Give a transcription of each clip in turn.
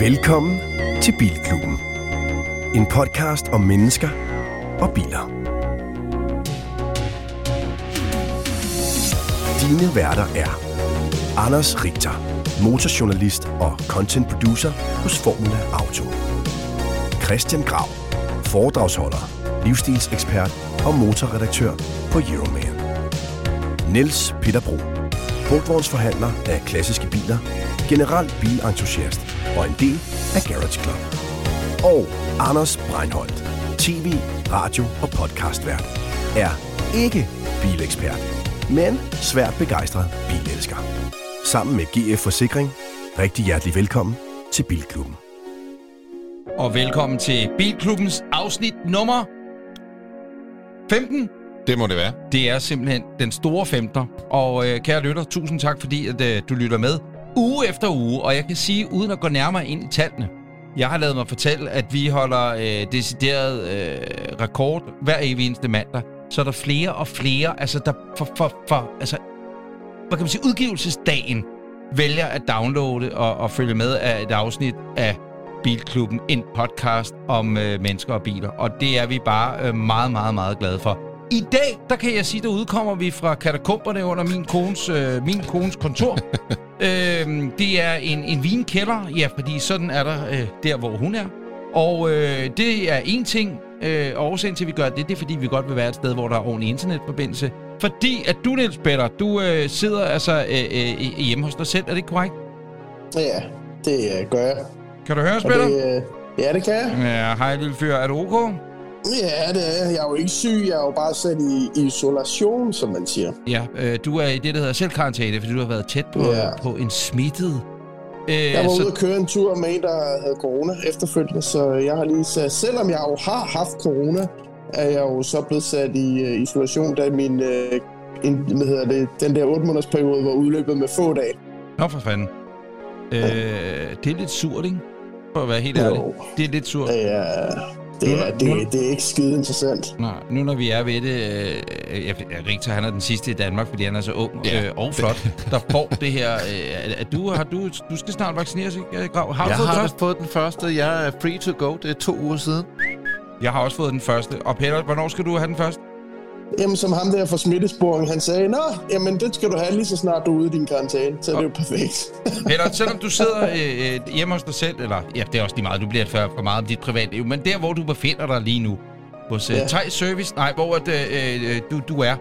Velkommen til Bilklubben. En podcast om mennesker og biler. Dine værter er Anders Richter, motorjournalist og content producer hos Formula Auto. Christian Grav, foredragsholder, livsstilsekspert og motorredaktør på Euroman. Niels Peter Bro, brugtvognsforhandler af klassiske biler, generelt bilentusiast og en del af Garage Club. Og Anders Breinholt, tv, radio og podcastvært, er ikke bilekspert, men svært begejstret bilelsker. Sammen med GF Forsikring, rigtig hjertelig velkommen til Bilklubben. Og velkommen til Bilklubbens afsnit nummer 15. Det må det være. Det er simpelthen den store 15'er. Og kære lytter, tusind tak, fordi at, du lytter med uge efter uge. Og jeg kan sige, uden at gå nærmere ind i tallene, jeg har lavet mig fortælle, at vi holder decideret rekord hver evig eneste mandag. Så er der flere og flere, altså der altså, hvad kan man sige, udgivelsesdagen vælger at downloade og følge med af et afsnit af Bilklubben, en podcast om mennesker og biler. Og det er vi bare meget, meget, meget glade for. I dag, der kan jeg sige, der udkommer vi fra katakomberne under min kones kontor. Det er en vinkælder, ja, fordi sådan er der der, hvor hun er. Og det er en ting, årsagen til, at vi gør det er, fordi vi godt vil være et sted, hvor der er ordentlig internetforbindelse. Fordi at du, Niels Peter, du sidder altså hjemme hos dig selv, er det ikke korrekt? Ja, det gør jeg. Kan du høre os, Peter? Ja, det kan jeg. Ja, hej lille fyr, er du ok? Ja, det er jeg. Jeg er jo ikke syg, jeg er jo bare sat i isolation, som man siger. Ja, du er i det, der hedder selvkarantæne, fordi du har været tæt på en smittet. Jeg var ude at køre en tur med en, der havde corona efterfølgende, så jeg har lige sat, selvom jeg jo har haft corona, er jeg jo så blevet sat i isolation, da min den der 8 måneders periode var udløbet med få dage. Nå for fanden. Det er lidt surt, ikke? For at være helt ærlig. Det er lidt surt. Ja. Det er ikke skide interessant. Nej, nu når vi er ved det, Richter, han er den sidste i Danmark, fordi han er så ung og flot, der får det her. Du skal snart vaccineres, ikke, Grav? Jeg har fået den første. Jeg er free to go. Det er 2 uger siden. Jeg har også fået den første. Og Peter, hvornår skal du have den første? Jamen, som ham der fra smittesporing, han sagde, jamen, det skal du have lige så snart du er ude i din karantæne, så det er jo perfekt. Peter, selvom du sidder hjemme hos dig selv, eller, ja, det er også lige meget, du bliver for meget om dit privatliv, men der, hvor du befinder dig lige nu, hos Thai Service, hvor du er,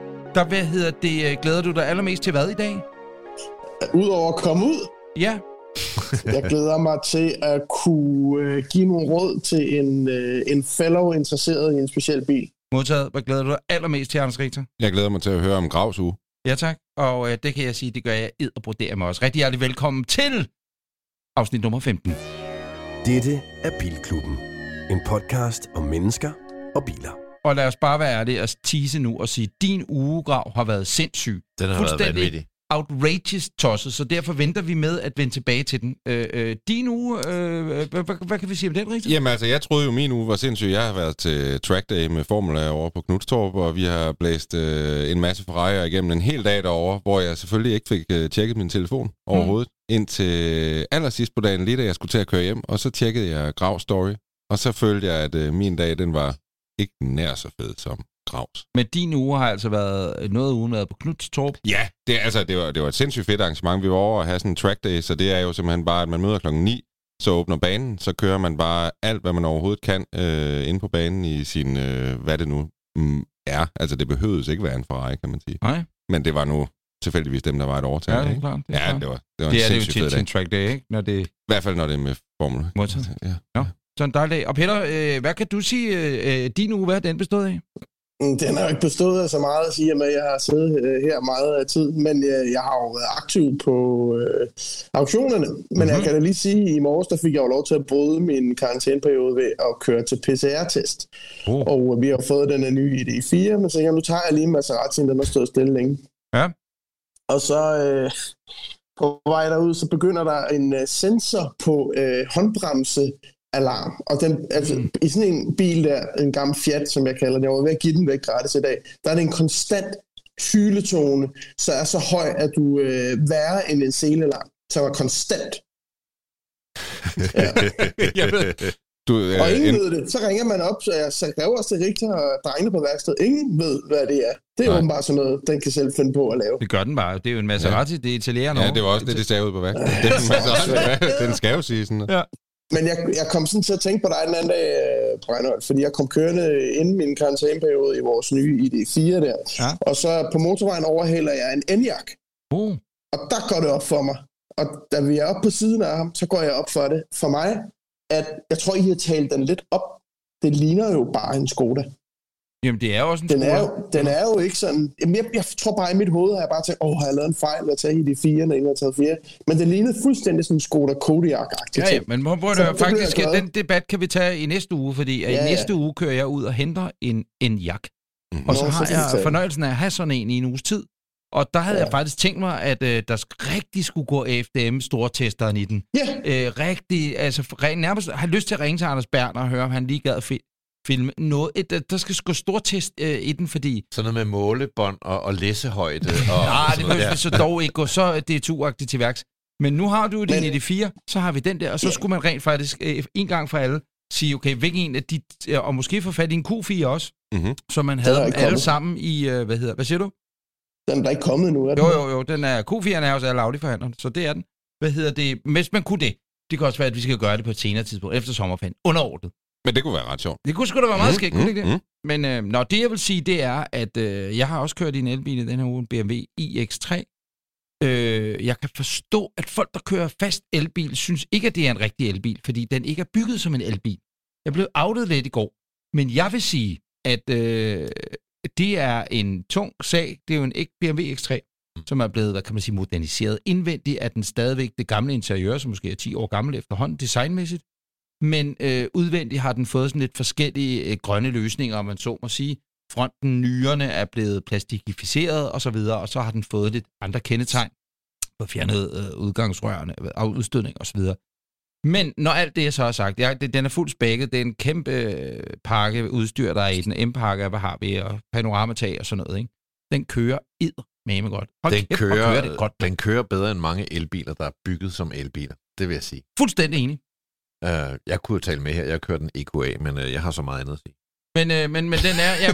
der, glæder du dig allermest til hvad i dag? Udover at komme ud? Ja. Jeg glæder mig til at kunne give nogle råd til en fellow interesseret i en speciel bil. Modtaget. Hvad glæder du dig allermest til, Anders Richter? Jeg glæder mig til at høre om Gravs uge. Ja, tak. Og det kan jeg sige, det gør jeg edderbroderer mig også. Rigtig hjertelig velkommen til afsnit nummer 15. Dette er Bilklubben. En podcast om mennesker og biler. Og lad os bare være ærlige og tease nu og sige, at din ugegrav har været sindssyg. Den har været vanvittig. Outrageous tosset, så derfor venter vi med at vende tilbage til den. Din uge, hvad kan vi sige om den, Richter? Jamen altså, jeg troede jo, min uge var sindssyg. Jeg har været til track day med Formula over på Knudstorp, og vi har blæst en masse Ferrari'er igennem en hel dag derovre, hvor jeg selvfølgelig ikke fik tjekket min telefon overhovedet. Indtil allersidst på dagen, lige da jeg skulle til at køre hjem, og så tjekkede jeg Gravs story, og så følte jeg, at min dag, den var ikke nær så fed som Gravs. Men din uge har altså været noget ugen været på Knudstorp. Ja, det var et sindssygt fedt arrangement. Vi var over at have sådan en track day, så det er jo simpelthen bare, at man møder klokken 9, så åbner banen, så kører man bare alt, hvad man overhovedet kan inde på banen i sin, hvad det nu er. Altså det behøves ikke være en Ferrari, kan man sige. Nej. Men det var nu tilfældigvis dem, der var et overtag. Ja, det er klart. Det var en sindssygt fed dag. Det er jo en track day, ikke? Når det... I hvert fald, når det er med Formula. Modtaget. Ja. Så en dejlig dag. Og Peter, hvad kan du sige, din uge, hvad er den bestået af? Den har jo ikke bestået af så meget at sige, at jeg har siddet her meget af tid, men jeg har jo været aktiv på auktionerne. Men jeg kan da lige sige, at i morges der fik jeg jo lov til at bryde min karantæneperiode ved at køre til PCR-test. Og vi har fået den nye ID4, men så nu tager jeg lige en Maserati, den har stået stille længe. Ja. Og så på vej derud, så begynder der en sensor på håndbremse alarm. Og den, altså, i sådan en bil der, en gammel Fiat, som jeg kalder det, jeg var ved at give den væk gratis i dag, der er det en konstant hyletone, så er så høj, at du værre end en selealarm. Så var konstant. Og ingen ved det. Så ringer man op, så jeg skrev også til Richter og drengene på værkstedet. Ingen ved, hvad det er. Det er åbenbart sådan noget, den kan selv finde på at lave. Det gør den bare. Det er jo en Maserati, det er italienerne. Ja, det var også det sagde ud på værkstedet. Det er en Maserati, den skal jo sige sådan noget. Ja. Men jeg kom sådan til at tænke på dig den anden dag, Breinholt, fordi jeg kom kørende inden min karantæneperiode i vores nye ID4 der. Ja. Og så på motorvejen overhælder jeg en Enyaq. Og der går det op for mig. Og da vi er oppe på siden af ham, så går jeg op for det. For mig, at jeg tror, I har talt den lidt op. Det ligner jo bare en Skoda. Jamen, det er jo også en Skoda. Den er jo ikke sådan... Jamen, jeg tror bare, i mit hoved har jeg bare tænkt, har jeg lavet en fejl ved at tage ID4, når jeg har taget 4. Men den lignede fuldstændig sådan en Skoda Kodiaq-agtig ting. Ja, men hvor det faktisk, den debat kan vi tage i næste uge, fordi i næste uge kører jeg ud og henter en Enyaq. Og så har jeg fornøjelsen af at have sådan en i en uges tid. Og der havde jeg faktisk tænkt mig, at der rigtig skulle gå FDM-stortesteren i den. Yeah. Rigtig, altså nærmest har lyst til at ringe til Anders Berner og høre, om han lige gad filme noget. Der skal gå stortest i den, fordi... Sådan noget med målebånd og læsehøjde. Nej, det vil så dog ikke gå så DTU-agtigt til værks. Men nu har du din ID4, så har vi den der, og så skulle man rent faktisk en gang for alle sige, okay, hvilken en af de... Og måske få fat i en Q4 også, så man havde dem alle sammen i... Hvad siger du? Den er ikke kommet nu, er den? Jo, den er Q4'eren er også alle Audi-forhandlere, så det er den. Hvis man kunne det. Det kan også være, at vi skal gøre det på et senere tidspunkt, efter sommerferien, underordnet. Men det kunne være ret sjovt. Det kunne sgu da være meget skægt, kunne det ikke det? Men det jeg vil sige, det er, at jeg har også kørt i en elbil i den her uge, en BMW iX3. Jeg kan forstå, at folk, der kører fast elbil, synes ikke, at det er en rigtig elbil, fordi den ikke er bygget som en elbil. Jeg blev outet lidt i går, men jeg vil sige, at det er en tung sag. Det er jo en BMW X3, som er blevet, hvad kan man sige, moderniseret. Indvendigt er den stadigvæk det gamle interiør, som måske er 10 år gammel efterhånden designmæssigt. Men udvendigt har den fået sådan lidt forskellige grønne løsninger, om man så må sige. Fronten, nyrerne er blevet plastikificeret og så videre, og så har den fået lidt andre kendetegn på fjernet udgangsrørene, udstødning og så videre. Men når alt det så er sagt, den er fuldt spækket, det er en kæmpe pakke udstyr, der er i den M-pakke, hvad har vi, og panoramatag og sådan noget, ikke? Den kører eddermame godt. Den kører bedre end mange elbiler, der er bygget som elbiler, det vil jeg sige. Fuldstændig enig. Jeg kunne tale med her, jeg kører den EQA, men jeg har så meget andet at sige. Men den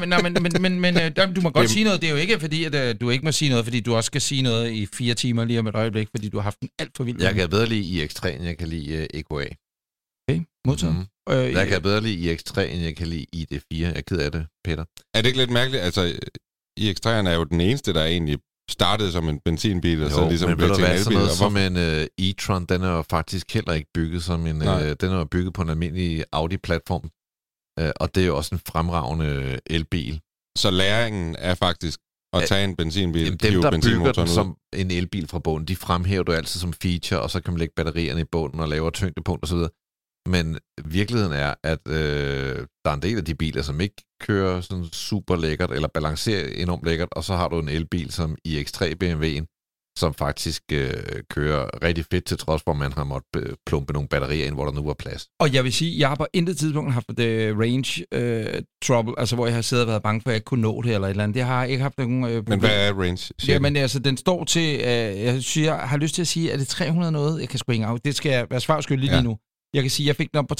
er, du må godt sige noget. Det er jo ikke fordi, at du ikke må sige noget, fordi du også skal sige noget i 4 timer lige om et øjeblik, fordi du har haft den alt for vildt. Jeg kan bedre lide iX3, end jeg kan lide EQA. Okay, modtaget. Jeg kan bedre lide iX3, end jeg kan lide ID4. Jeg er ked af det, Peter. Er det ikke lidt mærkeligt? Altså, iX3'eren er jo den eneste, der egentlig startede som en benzinbil, og så ligesom blev til en elbil. Sådan noget som en e-tron, den er jo faktisk heller ikke bygget som en... den er jo bygget på en almindelig Audi-platform. Og det er jo også en fremragende elbil. Så læringen er faktisk at tage en benzinbil, dem, der bygger den som en elbil fra bunden, de fremhæver du altid som feature, og så kan man lægge batterierne i bunden og lave tyngdepunkt osv. Men virkeligheden er, at der er en del af de biler, som ikke kører sådan super lækkert, eller balancerer enormt lækkert, og så har du en elbil som iX3 BMW'en, som faktisk kører rigtig fedt, til trods for, at man har måttet plumpe nogle batterier ind, hvor der nu var plads. Og jeg vil sige, jeg har på intet tidspunkt haft range trouble, altså hvor jeg har siddet og været bange for, at jeg ikke kunne nå det eller et eller andet. Det har jeg ikke haft nogen problem. Men hvad er range? Jamen altså, den står til, jeg har lyst til at sige, er det 300 noget? Jeg kan sgu ikke af. Det skal jeg være svarskyldig lige nu. Jeg kan sige, jeg fik den op på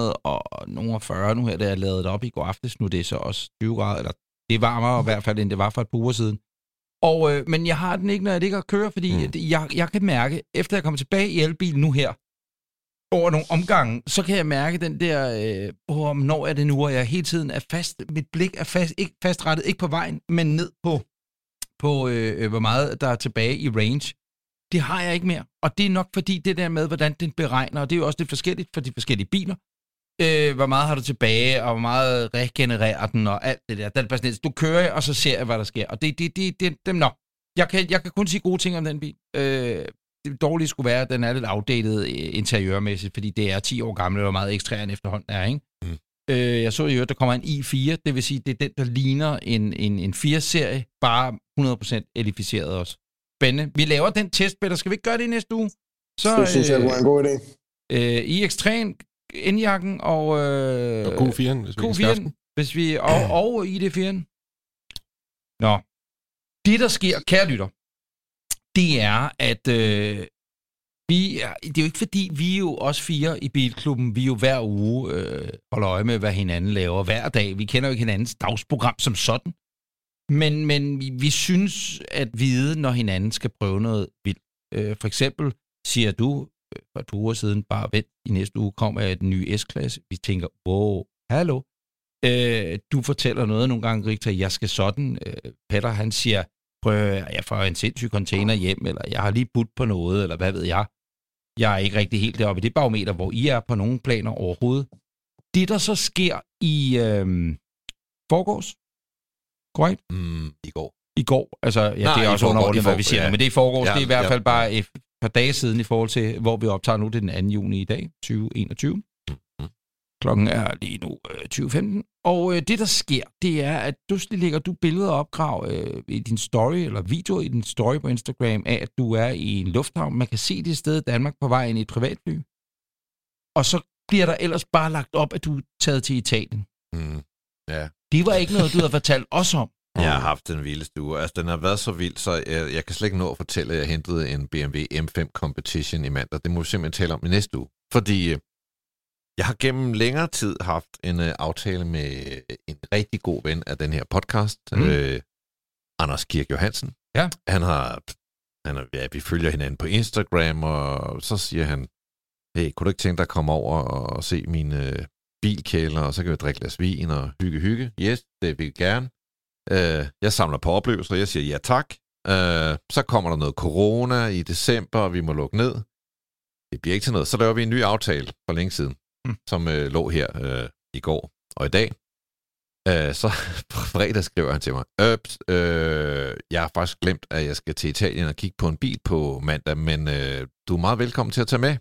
340 nu her, da jeg lavede det op i går aftes. Nu det er så også 20 grader, eller det er varmere i hvert fald, end det var for et par uger siden. Men jeg har den ikke, når jeg ligger og kører, fordi jeg kan mærke, efter jeg kommer tilbage i elbilen nu her, over nogle omgange, så kan jeg mærke den der, når er det nu, og jeg hele tiden er fast, mit blik er fast, ikke fastrettet, ikke på vejen, men ned på hvor meget der er tilbage i range. Det har jeg ikke mere, og det er nok fordi det der med, hvordan den beregner, og det er jo også lidt forskelligt for de forskellige biler, hvor meget har du tilbage, og hvor meget regenererer den, og alt det der. Det er bare sådan, du kører, og så ser jeg, hvad der sker. Og det nå. Jeg kan kun sige gode ting om den bil. Det dårlige skulle være, at den er lidt outdated interiørmæssigt, fordi det er 10 år gammel, og meget ekstræren efterhånden er, ikke? Jeg så jo, at der kommer en i4, det vil sige, det er den, der ligner en 4-serie, bare 100% elektrificeret også. Spændende. Vi laver den test, Peter. Skal vi ikke gøre det i næste uge? Så synes jeg, det var en god idé. iX3'en, Enyaq'en og Q4'en, hvis vi kan skaffe den. Hvis vi, og ID4'en. Nå. Det, der sker, kære lytter, det er, at Det er jo ikke fordi, vi er jo os 4 i Bilklubben, vi er jo hver uge holder øje med, hvad hinanden laver hver dag. Vi kender jo ikke hinandens dagsprogram som sådan. Men vi synes at vide, når hinanden skal prøve noget vildt. For eksempel siger du for 2 uger siden, bare vent, i næste uge kommer et ny S-klasse. Vi tænker, wow, hallo. Du fortæller noget nogle gange, Richter, jeg skal sådan. Peter, han siger, prøv, jeg får en sindssyg container hjem, eller jeg har lige budt på noget, eller hvad ved jeg. Jeg er ikke rigtig helt deroppe i det barometer, hvor I er på nogle planer overhovedet. Det, der så sker i forgårs, korrekt? I går. Altså, ja, det er også underordnet, hvad vi siger, men det er i forgårs. Det er i hvert fald bare et par dage siden i forhold til, hvor vi optager nu. Det er den 2. juni i dag, 2021. Klokken er lige nu 20.15. Og det, der sker, det er, at pludselig lægger du billeder op, Grav, i din story, eller videoer i din story på Instagram, af, at du er i en lufthavn. Man kan se det sted i Danmark på vej ind i et privatfly. Og så bliver der ellers bare lagt op, at du er taget til Italien. Ja. Det var ikke noget, du havde fortalt os om. Jeg har haft den vildeste uge. Altså, den har været så vild, så jeg kan slet ikke nå at fortælle, at jeg hentede en BMW M5 Competition i mandag. Det må vi simpelthen tale om i næste uge. Fordi jeg har gennem længere tid haft en aftale med en rigtig god ven af den her podcast, Anders Kirk Johansen. Ja. Vi følger hinanden på Instagram, og så siger han, hey, kunne du ikke tænke dig at komme over og se mine bilkælder, og så kan vi drikke glas vin og hygge. Yes, det vil jeg gerne. Jeg samler på oplevelser, og jeg siger ja tak. Så kommer der noget corona i december, og vi må lukke ned. Det bliver ikke til noget. Så laver vi en ny aftale for længe siden, som lå her i går og i dag. Så på fredag skriver han til mig, jeg har faktisk glemt, at jeg skal til Italien og kigge på en bil på mandag, men du er meget velkommen til at tage med.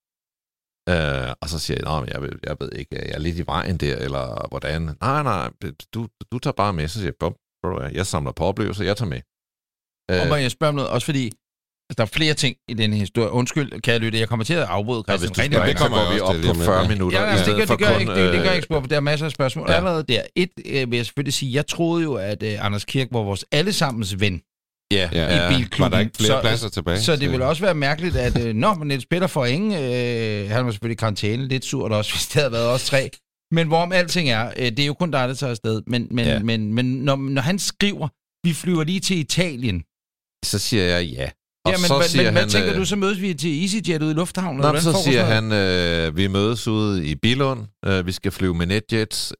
Og så siger jeg, jeg ved ikke, jeg er lidt i vejen der, eller hvordan. Nej, du tager bare med. Så siger jeg, jeg samler på oplevelser, jeg tager med. Og må jeg spørge om noget, også fordi der er flere ting i denne historie. Undskyld, kan jeg lytte, jeg kommer til at afbryde Christian. Ja, hvis du går vi op på 40 minutter. Ja, det gør jeg ikke spurgt, for der er masser af spørgsmål. Allerede der. Vil jeg selvfølgelig sige, jeg troede jo, at Anders Kirk var vores allesammens ven. Ja, i Bilklubben. Var der ikke flere pladser tilbage? Så det ville også være mærkeligt, at men Niels Peter får ingen. Han var selvfølgelig i karantæne. Lidt surt også, hvis det havde været os 3. Men hvorom alting er, det er jo kun dig, der tager afsted. Men når han skriver, vi flyver lige til Italien. Så siger jeg ja. Og men hvad tænker du, så mødes vi til EasyJet ude i lufthavnen? Så siger han, vi mødes ude i Billund. Vi skal flyve med NetJets.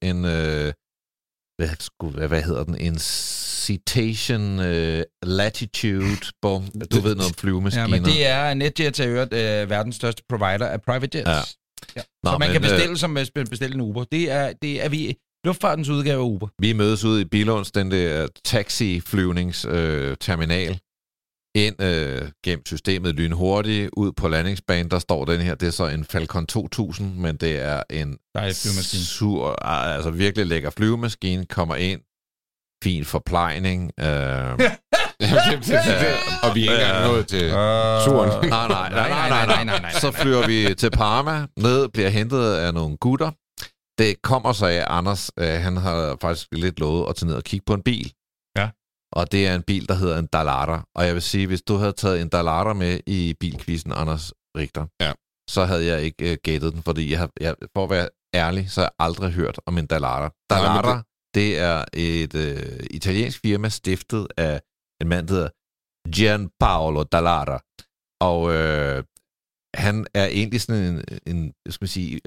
Hvad hedder den? En Citation Latitude bomb. Du ved noget om flyvemaskiner. Ja, men det er NetJets er verdens største provider af private jets. Ja. Så man kan bestille som bestille en Uber. Det er vi luftfartens udgave af Uber. Vi mødes ude i Billunds, den der taxi-flyvningsterminal. Ind gennem systemet lynhurtigt, ud på landingsbanen, der står den her, det er så en Falcon 2000, men det er en virkelig lækker flyvemaskine, kommer ind, fin forplejning. Og vi er ikke engang nået til turen. Nej. Så flyver vi til Parma, ned, bliver hentet af nogle gutter. Det kommer så af, Anders, han har faktisk lidt lovet at tage ned og kigge på en bil. Ja. Og det er en bil, der hedder en Dallara. Og jeg vil sige, hvis du havde taget en Dallara med i bilquizzen, Anders Richter, så havde jeg ikke gættet den, fordi jeg for at være ærlig, så har jeg aldrig hørt om en Dallara. Dallara, det er et italiensk firma, stiftet af en mand, der hedder Gianpaolo Dallara. Og han er egentlig sådan en skal man sige,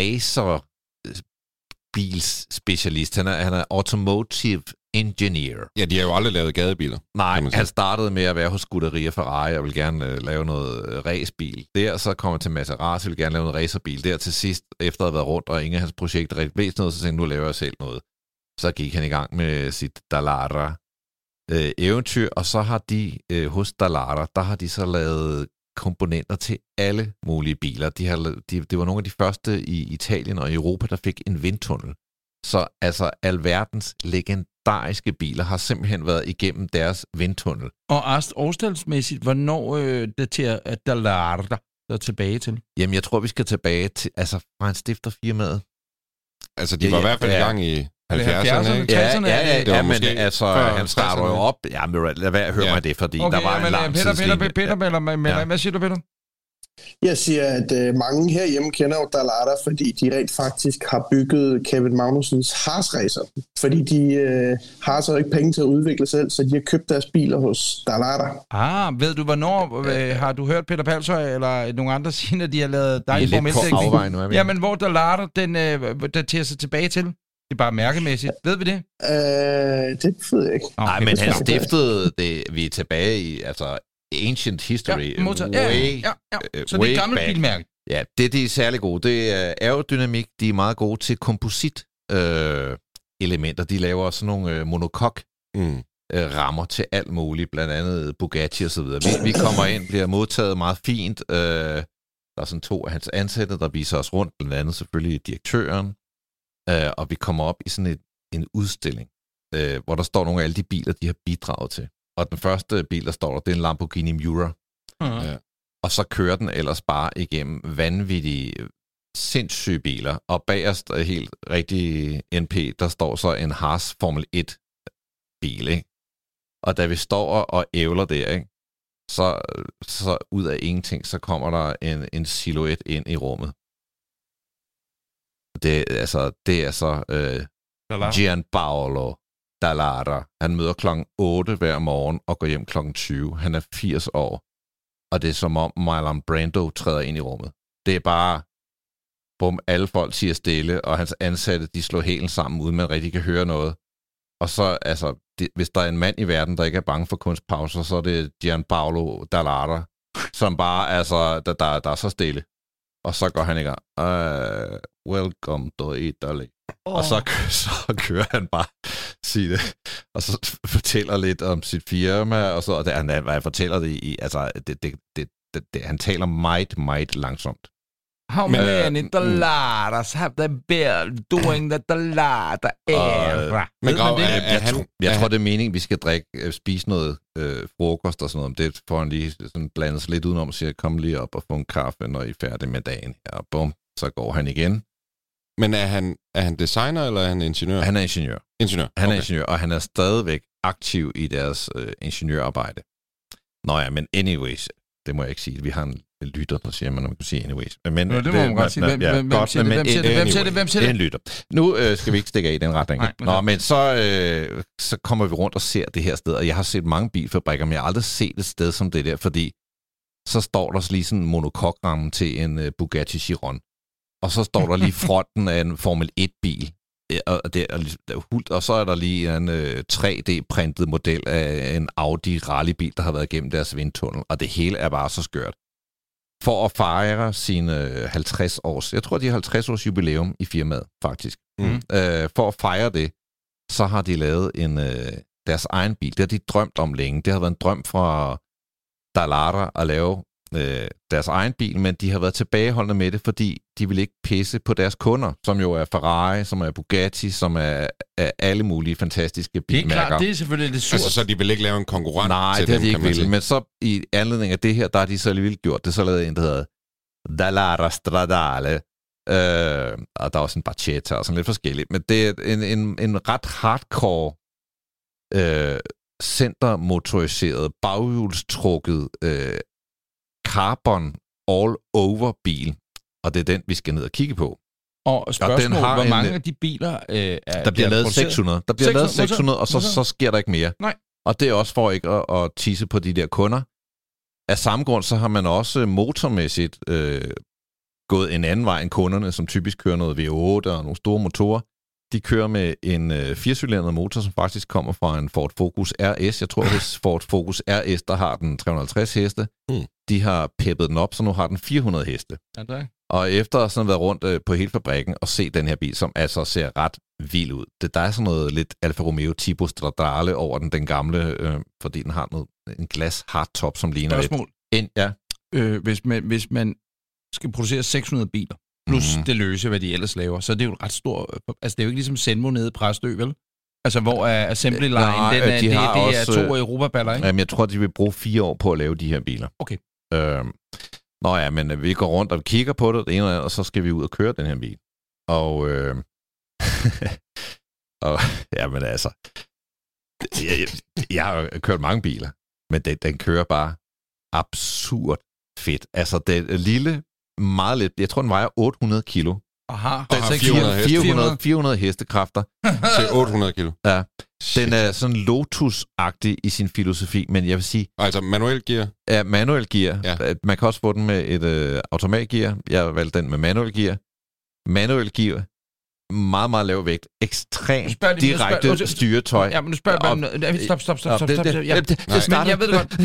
racerbilsspecialist. Han er automotive engineer. Ja, de har jo aldrig lavet gadebiler. Nej, han startede med at være hos Scuderia Ferrari og vil gerne lave noget racebil. Der så kommer til Maserati, vil gerne lave noget racerbil. Der til sidst, efter at have været rundt, og ingen af hans projekter rigtig blev noget, så tænkte nu laver jeg selv noget. Så gik han i gang med sit Dallara eventyr, og så har de hos Dallara, der har de så lavet komponenter til alle mulige biler. Det var nogle af de første i Italien og Europa, der fik en vindtunnel. Så altså alverdens legendariske biler har simpelthen været igennem deres vindtunnel. Og årstalsmæssigt, hvornår daterer Dallara der tilbage til? Jamen, jeg tror, vi skal tilbage til, fra han stifter firmaet. Altså, de var i hvert fald i gang i 70'erne, ikke? Ja, men altså, han starter jo op. Ja, men lad være at høre mig det, fordi der var en lang tidslinje. Peter, hvad siger du, Peter? Jeg siger, at mange herhjemme kender jo Dallara, fordi de rent faktisk har bygget Kevin Magnusens Haas-racer. Fordi de har så ikke penge til at udvikle selv, så de har købt deres biler hos Dallara. Ved du, hvornår har du hørt Peter Palshøj eller nogle andre sige, at de har lavet dejlig formelt? Jamen, hvor Dallara, den daterer sig tilbage til? Det er bare mærkemæssigt. Ved vi det? Det ved jeg ikke. Nej, men han stiftede det, vi er tilbage i, altså ancient history. Så det er et gammelt bilmærke. Ja, det er særlig gode. Det er aerodynamik. De er meget gode til komposit elementer. De laver sådan nogle monokok rammer til alt muligt, blandt andet Bugatti og så videre. Vi kommer ind, bliver modtaget meget fint. Der er sådan 2 af hans ansatte, der viser os rundt, blandt andet selvfølgelig direktøren. Og vi kommer op i sådan en udstilling, hvor der står nogle af alle de biler, de har bidraget til. Og den første bil, der står der, det er en Lamborghini Miura. Ja. Og så kører den ellers bare igennem vanvittige, sindssyge biler. Og bagerst helt rigtig NP, der står så en Haas Formel 1 bil, ikke? Og da vi står og ævler der, ikke? Så ud af ingenting, så kommer der en silhuet ind i rummet. Det er så Gianpaolo Dallara. Han møder klokken 8 hver morgen og går hjem klokken 20. Han er 80 år. Og det er som om Marlon Brando træder ind i rummet. Det er bare, bum, alle folk siger stille, og hans ansatte, de slår hælen sammen, uden man rigtig kan høre noget. Og så, hvis der er en mand i verden, der ikke er bange for kunstpauser, så er det Gianpaolo Dallara, som bare, der er så stille. Og så går han i gang. Welcome to Italy. Og så kører han bare sige det, og så fortæller lidt om sit firma, og så han fortæller det i, han taler meget, meget langsomt. How many dollars have they built doing the Dallara era? Jeg tror, det er meningen, vi skal spise noget frokost og sådan noget. Det får han lige sådan blandet lidt udenom og siger, kom lige op og få en kaffe, når I er færdige med dagen. Og bum, så går han igen. Men er han designer, eller er han ingeniør? Han er ingeniør. Han er ingeniør, og han er stadigvæk aktiv i deres ingeniørarbejde. Nå ja, men anyways, det må jeg ikke sige. Vi har en lytter, der siger, man kan sige anyways. Men, det må man godt sige. Hvem siger det? Det er en lytter. Nu skal vi ikke stikke af i den retning. Nå, men så kommer vi rundt og ser det her sted, og jeg har set mange bilfabrikker, men jeg har aldrig set et sted som det der, fordi så står der lige sådan en monokokramme til en Bugatti Chiron. Og så står der lige fronten af en Formel 1-bil. Og så er der lige en 3D-printet model af en Audi rallybil, der har været igennem deres vindtunnel. Og det hele er bare så skørt. For at fejre sine 50 års... Jeg tror, de har 50 års jubilæum i firmaet, faktisk. For at fejre det, så har de lavet deres egen bil. Det har de drømt om længe. Det har været en drøm fra Dallara at lave deres egen bil, men de har været tilbageholdende med det, fordi de vil ikke pisse på deres kunder, som jo er Ferrari, som er Bugatti, som er alle mulige fantastiske bilmærker. Det er klart, det er selvfølgelig det surt. Så de vil ikke lave en konkurrent til dem, det kan man sige. Men så i anledning af det her, der har de så alligevel gjort det, så lavet en, der hedder Dallara Stradale, og der er også en Barchetta og sådan lidt forskelligt, men det er en ret hardcore centermotoriseret, baghjulstrukket carbon all-over bil, og det er den, vi skal ned og kigge på. Og spørgsmål, hvor mange af de biler der bliver lavet 600. Der bliver lavet 600, og så sker der ikke mere. Nej. Og det er også for ikke at tisse på de der kunder. Af samme grund, så har man også motormæssigt gået en anden vej end kunderne, som typisk kører noget V8 og nogle store motorer. De kører med en 4-cylindret motor, som faktisk kommer fra en Ford Focus RS. Jeg tror, hvis Ford Focus RS, der har den 350 heste. De har peppet den op, så nu har den 400 heste. Okay. Og efter sådan været rundt på hele fabrikken og se den her bil, som altså ser ret vild ud. Der er sådan noget lidt Alfa Romeo Tipo Stradale over den gamle, fordi den har en glas hardtop, som ligner spørgsmål. Hvis man skal producere 600 biler, plus det løse, hvad de ellers laver, så er det jo ret stort. Altså, det er jo ikke ligesom Zenvo nede i Præstø, vel? Altså, hvor er assembly line, det er 2 Europaballer, ikke? Jamen, jeg tror, de vil bruge 4 år på at lave de her biler. Okay. Nå ja, men vi går rundt og kigger på det ene og så skal vi ud og køre den her bil. Og, og jamen altså, jeg har kørt mange biler, men den kører bare absurd fedt. Altså, det lille, meget let. Jeg tror, den vejer 800 kilo. Aha. Den har 400 hestekræfter. Til 800 kilo. Ja. Den er sådan Lotus-agtig i sin filosofi, men jeg vil sige... Altså manuel gear? Ja, manuel gear. Ja. Man kan også få den med et automatgear. Jeg valgte den med manuel gear. Manuel gear. Meget, meget lav vægt. Ekstremt direkte styretøj. Ja, men nu spørger jeg bare... Stop. Men jeg ved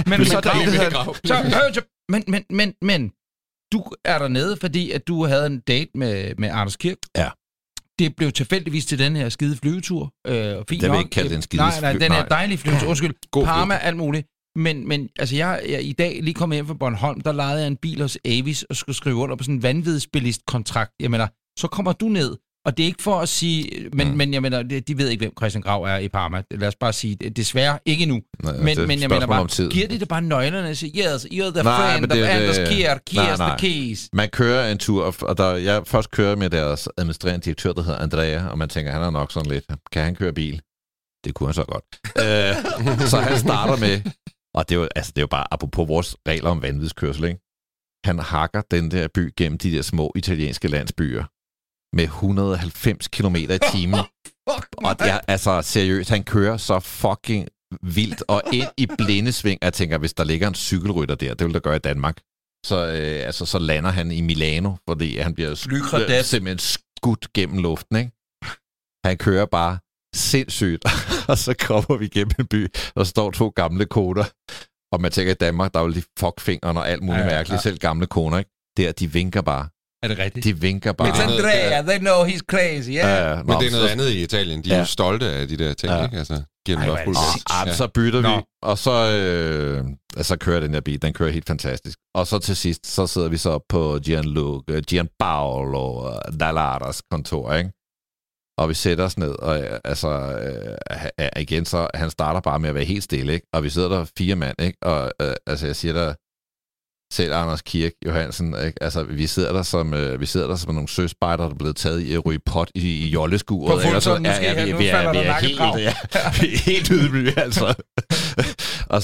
det godt. Men du er dernede, fordi at du havde en date med Anders Kirk. Ja. Det blev tilfældigvis til den her skide flyvetur. Fint jeg vil ikke kalde den skide Nej, den er dejlige flyvetur. Undskyld. Parma, flyvetur. alt muligt. Men altså, jeg i dag lige kom hjem fra Bornholm, der lejede jeg en bil hos Avis og skulle skrive under på sådan en vanvidsbilistkontrakt. Jeg mener, så kommer du ned, og det er ikke for at sige, men jeg mener, de ved ikke, hvem Christian Grau er i Parma. Lad os bare sige, desværre ikke endnu. Men jeg mener bare, giver de det bare nøglerne og siger, yes, you're the friend of Anders Kirk, here's the keys. Man kører en tur, og jeg først kører med deres administrerende direktør, der hedder Andrea, og man tænker, han er nok sådan lidt, kan han køre bil? Det kunne han så godt. Så han starter med, og det er jo bare apropos vores regler om vanvidskørsel, ikke? Han hakker den der by gennem de der små italienske landsbyer med 190 km i timen. Og det er, altså seriøst, han kører så fucking vildt og ind i blindesving. Jeg tænker, hvis der ligger en cykelrytter der, det vil der gøre i Danmark, så lander han i Milano, fordi han bliver simpelthen skudt gennem luften, ikke? Han kører bare sindssygt, og så kommer vi gennem en by, og der står 2 gamle koner, og man tænker i Danmark, der er jo lige fuckfingeren og alt muligt mærkeligt, selv gamle koner, ikke? Der, de vinker bare. Er det rigtigt? De vinker bare. It's Andrea, they know he's crazy, yeah. Men det er noget andet i Italien. De er jo stolte af de der ting, ikke? Altså, giver den bare fuld gas. Så bytter vi, og så kører den her bil. Den kører helt fantastisk. Og så til sidst, så sidder vi så på Gianpaolo Dallaras kontor, ikke? Og vi sætter os ned, og igen, så han starter bare med at være helt stille, ikke? Og vi sidder der 4 mand, ikke? Og jeg siger der, selv Anders Kirk Johansen, ikke? Altså, vi sidder der som nogle søspejder, der er blevet taget i at ryge pot i jolleskuret. På fuldtiden måske, vi er helt ydmyge, altså. Og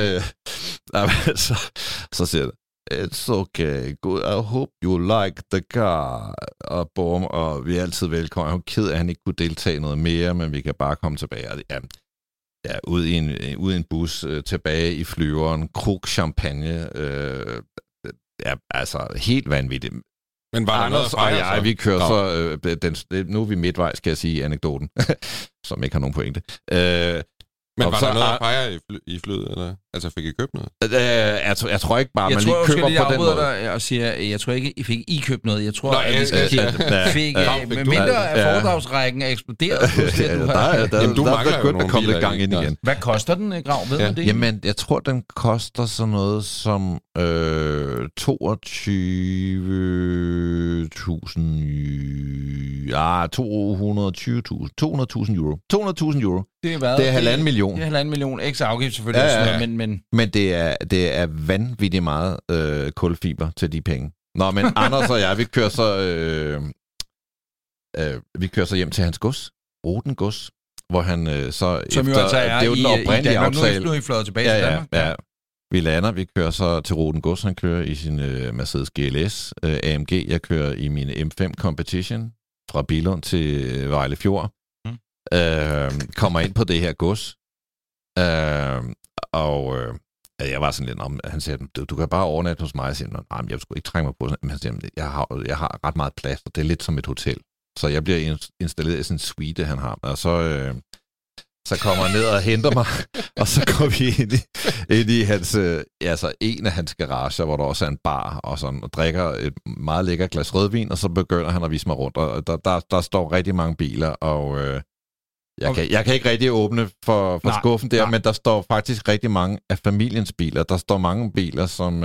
så siger det, it's okay, good, I hope you like the car. Og bum, og vi er altid velkommen. Jeg er ked af, at han ikke kunne deltage noget mere, men vi kan bare komme tilbage. Ja, ud i en bus, tilbage i flyveren, krug champagne, altså helt vanvittigt. Men var Anders og jeg, vi kører så, nu er vi midtvejs, skal jeg sige, anekdoten, som ikke har nogen pointe. Men var der noget at fejre i flyet, eller? Altså, fik I købt noget? Jeg tror ikke bare, man lige køber på den måde. Og siger, jeg tror ikke, I fik købt noget. Jeg tror, at vi fik med mindre af foredragsrækken er eksploderet. Du mangler jo nogle biler gang ind igen. Hvad koster den, Grav? Ved man det? Jamen, jeg tror, den koster sådan noget som 22.000 euro. 200.000 euro. Det er 1,5 million. Det er 1,5 million ekstra afgift selvfølgelig. Men det er vanvittigt meget kulfiber til de penge. Nå, men Anders og jeg, vi kører så hjem til hans gods, Roden Gods, hvor han så som efter, altså er det er jo den oprindelige aftale. Nu er I fløjet tilbage til Danmark. Ja. Vi lander, vi kører så til Roden Gods, han kører i sin Mercedes GLS AMG, jeg kører i min M5 Competition fra Billund til Vejle Fjord. Kommer ind på det her gods, jeg var sådan lidt, han siger, du kan bare overnatte hos mig. Jeg siger, jeg skulle ikke trænge mig på sådan. Men han siger, jeg har ret meget plads, og det er lidt som et hotel. Så jeg bliver installeret i sådan en suite, han har. Og så kommer han ned og henter mig, og så går vi ind i hans, en af hans garager, hvor der også er en bar, og sådan, og drikker et meget lækker glas rødvin, og så begynder han at vise mig rundt. Og der står rigtig mange biler, og jeg kan ikke rigtig åbne for skuffen der, men der står faktisk rigtig mange af familiens biler. Der står mange biler, som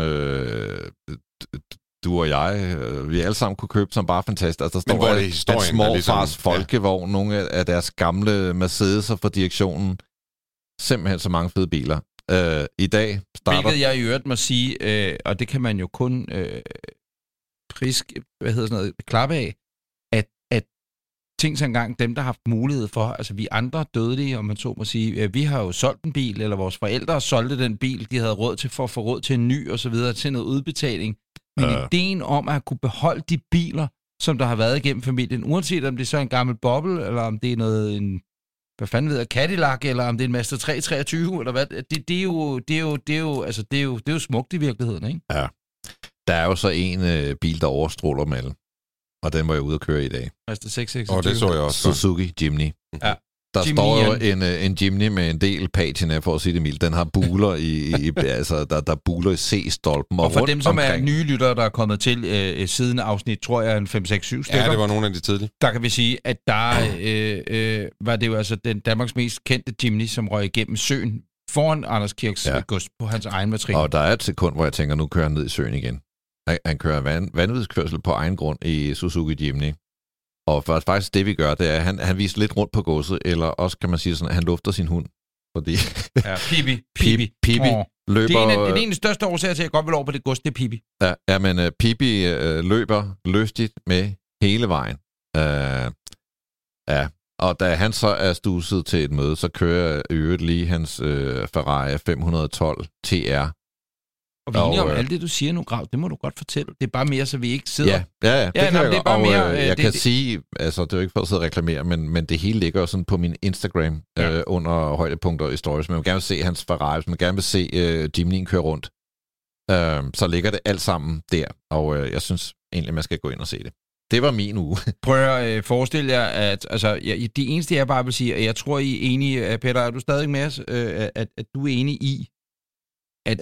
du og jeg, vi alle sammen kunne købe, som bare fantastisk. Altså, der står en småfars folkevogn, nogle af deres gamle Mercedes'er fra direktionen. Simpelthen så mange fede biler. I dag starter... Hvilket jeg i øvrigt må sige, og det kan man jo kun klappe af, at tænk sig engang, dem, der har haft mulighed for, altså vi andre dødelige, om man så må sige, vi har jo solgt en bil, eller vores forældre solgte den bil, de havde råd til for at få råd til en ny, og så videre, til noget udbetaling. Men ideen om at kunne beholde de biler, som der har været igennem familien, uanset om det er så en gammel boble, eller om det er noget, hvad fanden ved jeg, Cadillac, eller om det er en Mazda 323, eller hvad, det er jo smukt i virkeligheden, ikke? Ja. Der er jo så en bil, der overstråler dem alle. Og den var jeg ude at køre i dag. Mazda 626. Og det så jeg også. Suzuki Jimny. Ja. Der Jimny står jo en Jimny med en del patina, for at sige det mildt. Den har buler altså, der buler i C-stolpen. Og for dem, som er nye lyttere, der er kommet til siden afsnit, tror jeg, en 5-6-7 stykker. Ja, det var nogle af de tidlige. Der kan vi sige, at der var det jo altså den Danmarks mest kendte Jimny, som røg igennem søen foran Anders Kirks gods på hans egen matrikel. Og der er et sekund, hvor jeg tænker, nu kører han ned i søen igen. Han kører vanvidskørsel på egen grund i Suzuki Jimny. Og faktisk det, vi gør, det er, at han viser lidt rundt på godset, eller også kan man sige sådan, at han lufter sin hund. Fordi ja, Pibi løber... Det er en af de største årsager til, at jeg godt vil over på det gods, det er Pibi. Ja, men Pibi løber lystigt med hele vejen. Og da han så er stuset til et møde, så kører jeg øvrigt lige hans Ferrari 512 TR. Og vi er enige om alt det, du siger nu, Grav, det må du godt fortælle. Det er bare mere, så vi ikke sidder... Ja, det kan jeg. Det er bare mere, jeg kan sige, altså det er jo ikke for at sidde og reklamere, men det hele ligger sådan på min Instagram under højdepunkter i stories. Man vil gerne vil se hans Ferrari, man gerne vil se Jimny'en køre rundt. Så ligger det alt sammen der, og jeg synes egentlig, man skal gå ind og se det. Det var min uge. Prøv at forestille jer, at altså, det eneste, jeg bare vil sige, og jeg tror, I er enige, Peter, er du stadig med os, at du er enig i, at,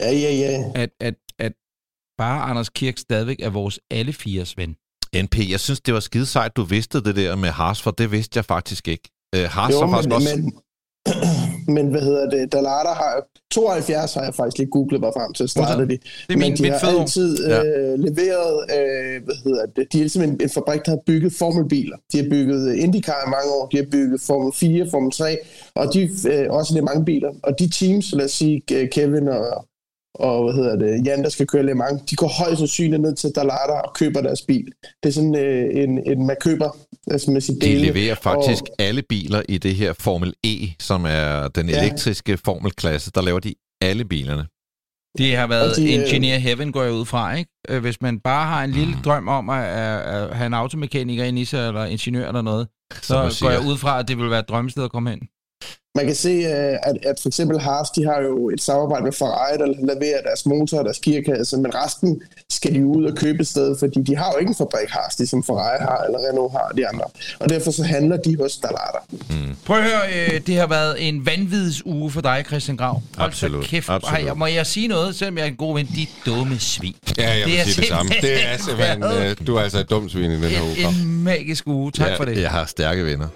at bare Anders Kirk stadigvæk er vores alle fires ven. NP, jeg synes, det var skide sejt, du vidste det der med Haas, for det vidste jeg faktisk ikke. Haas var faktisk også... Men hvad hedder det? Dalata har 72, har jeg faktisk lige googlet mig frem til at starte det. Det er men de har altid leveret, de er simpelthen en fabrik, der har bygget formelbiler. De har bygget IndyCar i mange år, de har bygget Formel 4, Formel 3, og de også lidt mange biler. Og de teams, lad os sige Kevin og Jan, der skal køre Le Mans, de går højst sandsynligt ned til Dalata og køber deres bil. Det er sådan man køber, altså med sit dele. De leverer faktisk alle biler i det her Formel E, som er den elektriske formelklasse. Der laver de alle bilerne. Det har været engineer heaven, går jeg ud fra, ikke? Hvis man bare har en lille drøm om at have en automekaniker ind i sig, eller ingeniør eller noget, så går jeg ud fra, at det vil være et drømmested at komme hen. Man kan se, at for eksempel Haas, de har jo et samarbejde med Ferrari, der leverer deres motor og deres gearkasse, men resten skal de ud og købe et sted, fordi de har jo ikke en fabrik Haas, ligesom Ferrari har, eller Renault har, de andre. Og derfor så handler de hos Dalata. Prøv at høre, det har været en vanvids uge for dig, Christian Grav. Absolut. Kæft. Absolut. Må jeg sige noget, selvom jeg er en god ven? De dumme svin. Ja, jeg vil sige det samme. Det er simpelthen, du er altså et dumt svin i den her uge. En magisk uge. Tak for det. Jeg har stærke venner.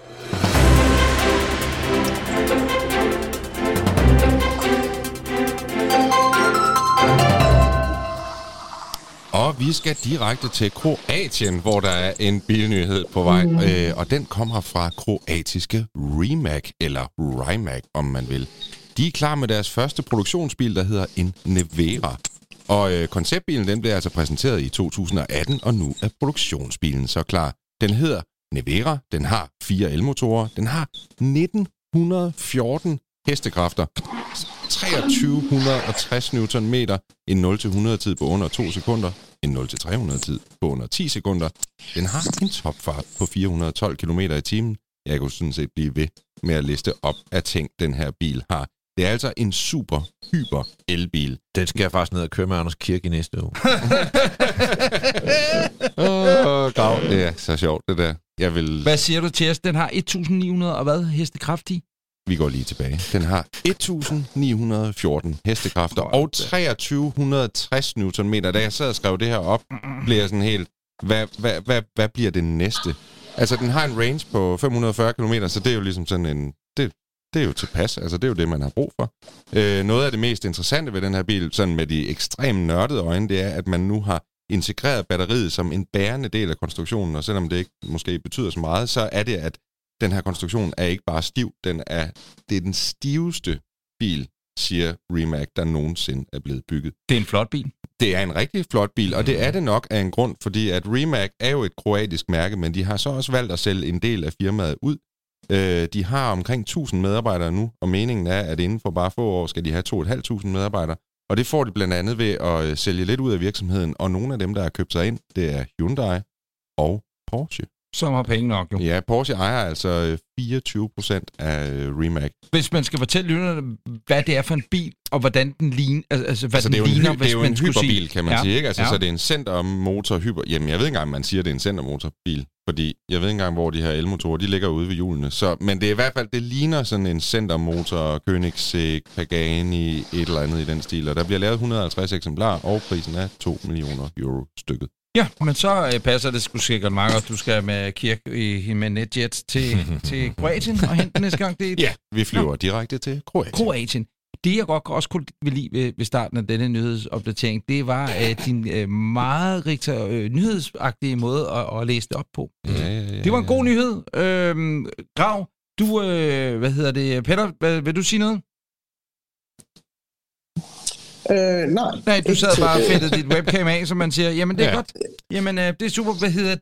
Og vi skal direkte til Kroatien, hvor der er en bilnyhed på vej, og den kommer fra kroatiske Rimac, eller Rimac, om man vil. De er klar med deres første produktionsbil, der hedder en Nevera. Og konceptbilen, den blev altså præsenteret i 2018, og nu er produktionsbilen så klar. Den hedder Nevera, den har 4 elmotorer, den har 1914 hestekræfter, 2360 Nm, en 0-100 tid på under 2 sekunder, en 0-300 tid på under 10 sekunder. Den har en topfart på 412 km i timen. Jeg kunne sådan set blive ved med at liste op af ting, den her bil har. Det er altså en super hyper elbil. Den skal jeg faktisk ned og køre med Anders Kirk i næste uge. Grav, det er så sjovt, det der. Hvad siger du til os? Den har 1900 og hvad hestekraft i? Vi går lige tilbage. Den har 1914 hestekræfter og 2360 Nm. Da jeg sad og skrev det her op, blev jeg sådan helt, hvad bliver det næste? Altså, den har en range på 540 km, så det er jo ligesom sådan en... Det er jo tilpas, altså det er jo det, man har brug for. Noget af det mest interessante ved den her bil, sådan med de ekstremt nørdede øjne, det er, at man nu har integreret batteriet som en bærende del af konstruktionen, og selvom det ikke måske betyder så meget, så er det, at den her konstruktion er ikke bare stiv, det er den stiveste bil, siger Rimac, der nogensinde er blevet bygget. Det er en flot bil. Det er en rigtig flot bil, og det er det nok af en grund, fordi at Rimac er jo et kroatisk mærke, men de har så også valgt at sælge en del af firmaet ud. De har omkring 1000 medarbejdere nu, og meningen er, at inden for bare få år skal de have 2.500 medarbejdere. Og det får de blandt andet ved at sælge lidt ud af virksomheden, og nogle af dem, der har købt sig ind, det er Hyundai og Porsche. Som har penge nok, jo. Ja, Porsche ejer altså 24% af Rimac. Hvis man skal fortælle lytterne, hvad det er for en bil, og hvordan den ligner, altså hvad den ligner, det er jo en hyperbil, kan man sige, ikke? Altså, ja. Så det er en centermotor hyper... Jamen, jeg ved ikke engang, man siger, det er en centermotorbil, fordi jeg ved ikke engang, hvor de her elmotorer, de ligger ude ved hjulene. Så, men det er i hvert fald, det ligner sådan en centermotor, Koenigsegg, Pagani, et eller andet i den stil, og der bliver lavet 150 eksemplarer, og prisen er 2 millioner euro stykket. Ja, men så passer det sgu sikkert meget godt. Du skal med Kirk med NetJet til Kroatien og hente den næste gang. Ja, vi flyver direkte til Kroatien. Det, jeg godt også kunne lide ved starten af denne nyhedsopdatering, det var din meget rigtig nyhedsagtige måde at læse det op på. Ja. Det var en god nyhed. Grav, du, Peter, vil du sige noget? Nej, du sad bare og fættede dit webcam af, som man siger. Jamen, det er godt. Jamen, det er super.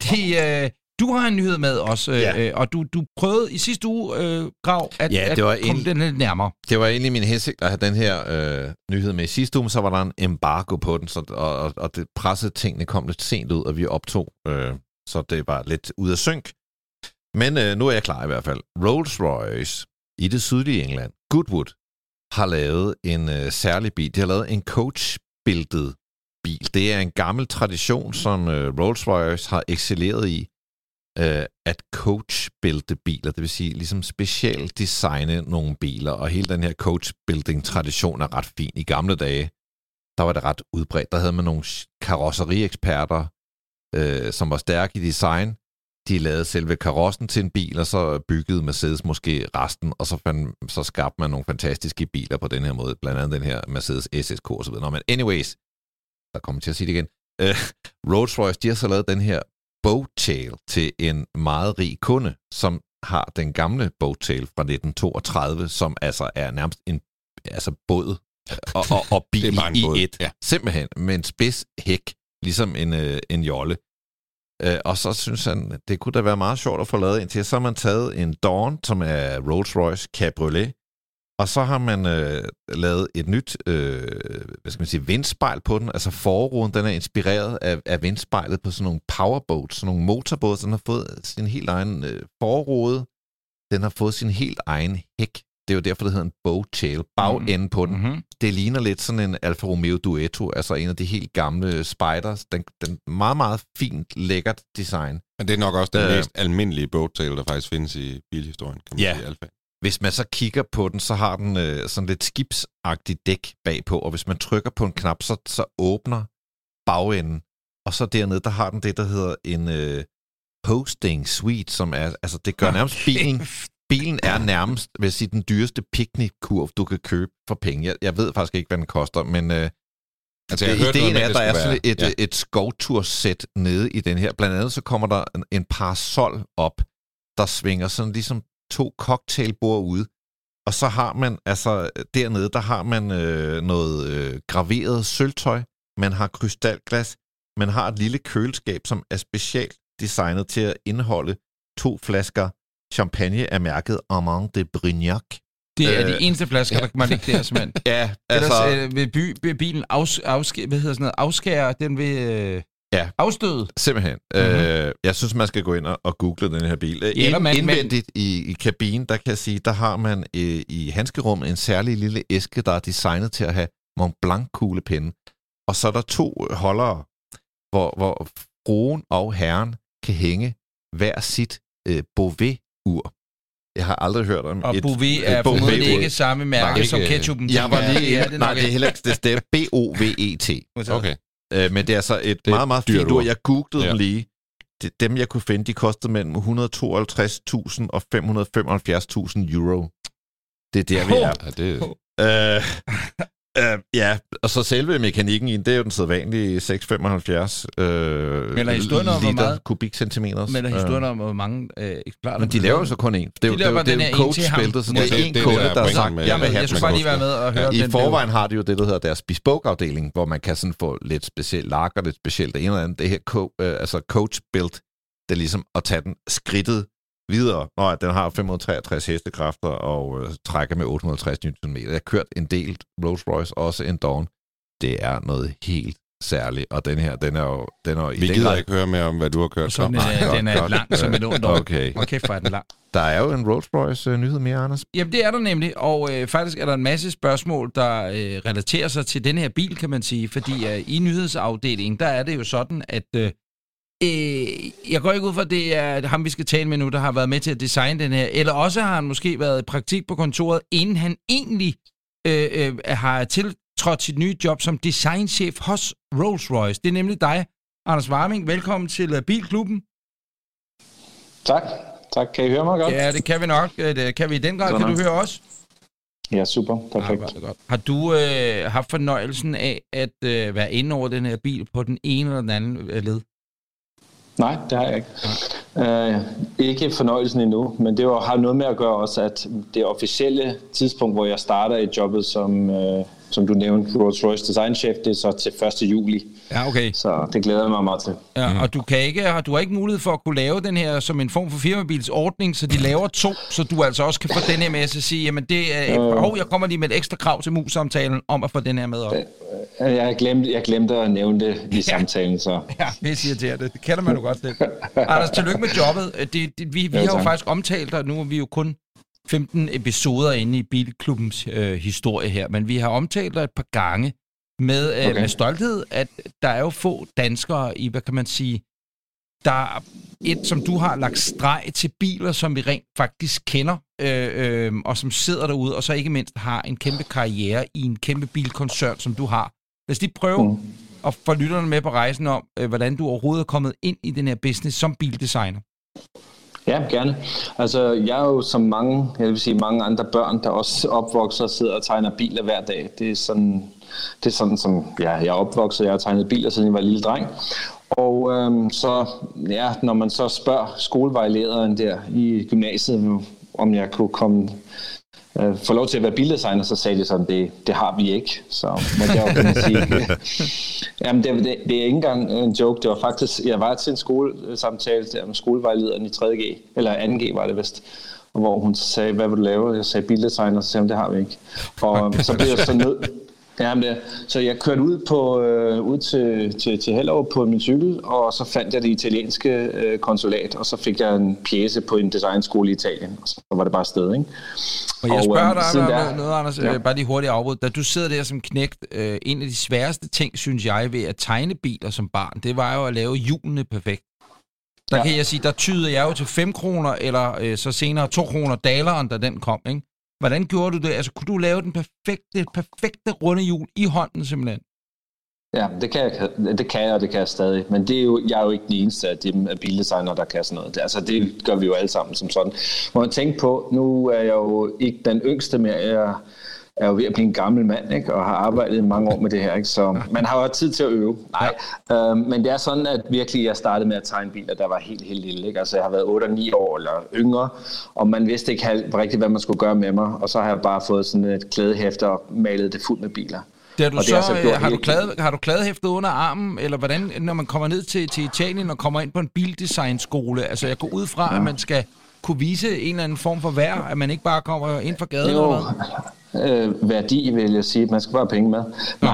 Du har en nyhed med os, og du prøvede i sidste uge, Grav, at komme den lidt nærmere. Det var egentlig min hensigt at have den her nyhed med i sidste uge, så var der en embargo på den, og det pressede tingene kom lidt sent ud, og vi optog, så det var lidt ude af synk. Men nu er jeg klar i hvert fald. Rolls-Royce i det sydlige England, Goodwood, har lavet en særlig bil. De har lavet en coach-bildet bil. Det er en gammel tradition, som Rolls-Royce har excelleret i, at coach-builde biler, det vil sige ligesom specielt designe nogle biler, og hele den her coach-building-tradition er ret fin. I gamle dage, der var det ret udbredt. Der havde man nogle karrosseri-eksperter, som var stærke i design. De lavede selve karossen til en bil, og så byggede Mercedes måske resten, og så skabte man nogle fantastiske biler på den her måde, blandt andet den her Mercedes SSK og så videre. Men anyways, der kommer til at sige det igen. Rolls-Royce, de har så lavet den her Boattail til en meget rig kunde, som har den gamle Boattail fra 1932, som altså er nærmest en båd og bil i et. Ja. Simpelthen med en spids hæk, ligesom en jolle. Og så synes han, det kunne da være meget sjovt at få lavet en til. Så har man taget en Dawn, som er Rolls-Royce Cabriolet, og så har man lavet et nyt vindspejl på den. Altså forruden, den er inspireret af vindspejlet på sådan nogle powerboats, sådan nogle motorbåde. Den har fået sin helt egen forrude. Den har fået sin helt egen hæk. Det er jo derfor, det hedder en Boattail. Bagenden på den. Mm-hmm. Det ligner lidt sådan en Alfa Romeo Duetto, altså en af de helt gamle Spiders. Den meget, meget fint, lækkert design. Men det er nok også den mest almindelige Boattail, der faktisk findes i bilhistorien, kan man sige, Alfa. Hvis man så kigger på den, så har den sådan lidt skibsagtigt dæk bagpå, og hvis man trykker på en knap, så åbner bagenden. Og så dernede, der har den det, der hedder en posting suite, som er, altså det gør nærmest bilen. Bilen er nærmest, vil jeg sige, den dyreste picnickurv, du kan købe for penge. Jeg ved faktisk ikke, hvad den koster, men ideen er, at der er sådan et skovtursæt nede i den her. Blandt andet så kommer der en parasol op, der svinger sådan ligesom 2 cocktailbord ude. Og så har man, altså dernede, der har man noget graveret sølvtøj. Man har krystalglas. Man har et lille køleskab, som er specielt designet til at indeholde 2 flasker champagne af mærket Armand de Brignac. Det er de eneste flasker, der kan man ikke der, simpelthen. Ja, altså... Ellers vil bilen afskære, den vil afstøde. Simpelthen. Mm-hmm. Jeg synes, man skal gå ind og google den her bil. Indvendigt i kabinen, der kan jeg sige, der har man i handskerummet en særlig lille æske, der er designet til at have Mont Blanc-kuglepenne. Og så er der 2 holdere, hvor fruen og herren kan hænge hver sit Beauvais-ur. Jeg har aldrig hørt om og Beauvais er formodentlig ikke samme mærke som ketchupen. Jeg var lige... Nej, det er heller ikke det. B-O-V-E-T. Okay. Men det er altså et meget, meget fint ord. Jeg googlede dem lige. Dem, jeg kunne finde, de kostede mellem 152.000 og 575.000 euro. Det er der, vi er. Og så selve mekanikken i den, det er jo den sædvanlige 675 liter kubikcentimeter. Melder historien om, hvor mange eksemplarer. Men de laver jo så kun én. Det er jo coach-bæltet, så det er en kunde, der har sagt, jeg skulle bare lige være med og høre den. I forvejen har de jo det, der hedder deres bespoke-afdeling, hvor man kan sådan få lidt specielt lager, lidt specielt det ene eller andet. Det her coach-bælt, det er ligesom at tage den skridtet videre. Den har 563 hestekræfter og trækker med 850 Nm. Jeg har kørt en del Rolls-Royce, også en Dawn. Det er noget helt særligt, og den her, den er jo vi gider ikke høre mere om, hvad du har kørt. Så den er lang som et ondt år. Okay, hvor er den lang. Der er jo en Rolls-Royce nyhed mere, Anders. Jamen, det er der nemlig, og faktisk er der en masse spørgsmål, der relaterer sig til den her bil, kan man sige, fordi i nyhedsafdelingen, der er det jo sådan, at jeg går ikke ud fra, at det er ham, vi skal tale med nu, der har været med til at designe den her, eller også har han måske været i praktik på kontoret, inden han egentlig har tiltrådt sit nye job som designchef hos Rolls-Royce. Det er nemlig dig, Anders Warming. Velkommen til Bilklubben. Tak. Kan I høre mig godt? Ja, det kan vi nok. Det kan vi i den grad. Kan du høre os? Ja, super. Perfekt. Har du haft fornøjelsen af at være inde over den her bil på den ene eller den anden led? Nej, det har jeg ikke. Ikke fornøjelsen endnu, men det har noget med at gøre også, at det officielle tidspunkt, hvor jeg starter i jobbet som du nævnte, Rolls-Royce designchef, det er så til 1. juli. Ja, okay. Så det glæder jeg mig meget til. Ja, og du har ikke mulighed for at kunne lave den her som en form for firmabilsordning, så de laver 2, så du altså også kan få den her med at sige, jamen det er, jeg kommer lige med et ekstra krav til mus-samtalen om at få den her med op. Jeg glemte at nævne det i samtalen, så... Ja, det siger til det. Det kender man jo godt lidt. Anders, tillykke med jobbet. Vi har jo faktisk omtalt, og nu er vi jo kun 15 episoder inde i Bilklubbens historie her, men vi har omtalt dig et par gange med stolthed, at der er jo få danskere i, hvad kan man sige, der er som du har lagt streg til biler, som vi rent faktisk kender, og som sidder derude, og så ikke mindst har en kæmpe karriere i en kæmpe bilkoncern, som du har. Lad os lige prøve at få lytterne med på rejsen om, hvordan du overhovedet er kommet ind i den her business som bildesigner. Ja, gerne. Altså, jeg er jo som mange andre børn, der også opvokser og sidder og tegner biler hver dag. Det er sådan som jeg er opvokset. Jeg har tegnet biler, siden jeg var lille dreng. Og når man så spørger skolevejlederen der i gymnasiet, om jeg kunne få lov til at være bildesigner, så sagde de sådan, det har vi ikke. Så måtte jeg jo kunne sige, jamen det er ikke engang en joke. Det var faktisk, jeg var til en skolesamtale der med skolevejlederen i 3.G, eller 2.G var det vist, hvor hun sagde, hvad vil du lave? Jeg sagde bildesigner, så sagde hun, det har vi ikke. Og så blev jeg så nødt. Så jeg kørte ud til Hellerup på min cykel, og så fandt jeg det italienske konsulat, og så fik jeg en pjece på en designskole i Italien, og så var det bare afsted, ikke? Og jeg spørger dig noget, Anders, bare lige hurtigt afbrud. Da du sidder der som knægt, en af de sværeste ting, synes jeg, ved at tegne biler som barn, det var jo at lave hjulene perfekt. Der kan jeg sige, der tyder jeg jo til 5 kroner, eller så senere 2 kroner daleren, da den kom, ikke? Hvordan gjorde du det? Altså, kunne du lave den perfekte runde hjul i hånden simpelthen? Ja, det kan jeg, og det kan jeg stadig. Men det er jo, jeg er jo ikke den eneste af de bildesignere, der kan sådan noget. Det gør vi jo alle sammen som sådan. Må man tænke på, nu er jeg jo ikke den yngste mere. Jeg er jo ved at blive en gammel mand, ikke? Og har arbejdet i mange år med det her, ikke? Så man har jo tid til at øve. Nej, men det er sådan, at virkelig jeg startede med at tegne biler, der var helt lille, ikke? Altså jeg har været 8 og 9 år eller yngre, og man vidste ikke rigtigt, hvad man skulle gøre med mig, og så har jeg bare fået sådan et klædehæfte og malet det fuldt med biler. Har du klædehæftet under armen, eller hvordan, når man kommer ned til Italien og kommer ind på en bildesignskole, altså jeg går ud fra, at man skal kunne vise en eller anden form for værd, at man ikke bare kommer ind fra gaden eller noget? Værdi, vil jeg sige. Man skal bare have penge med.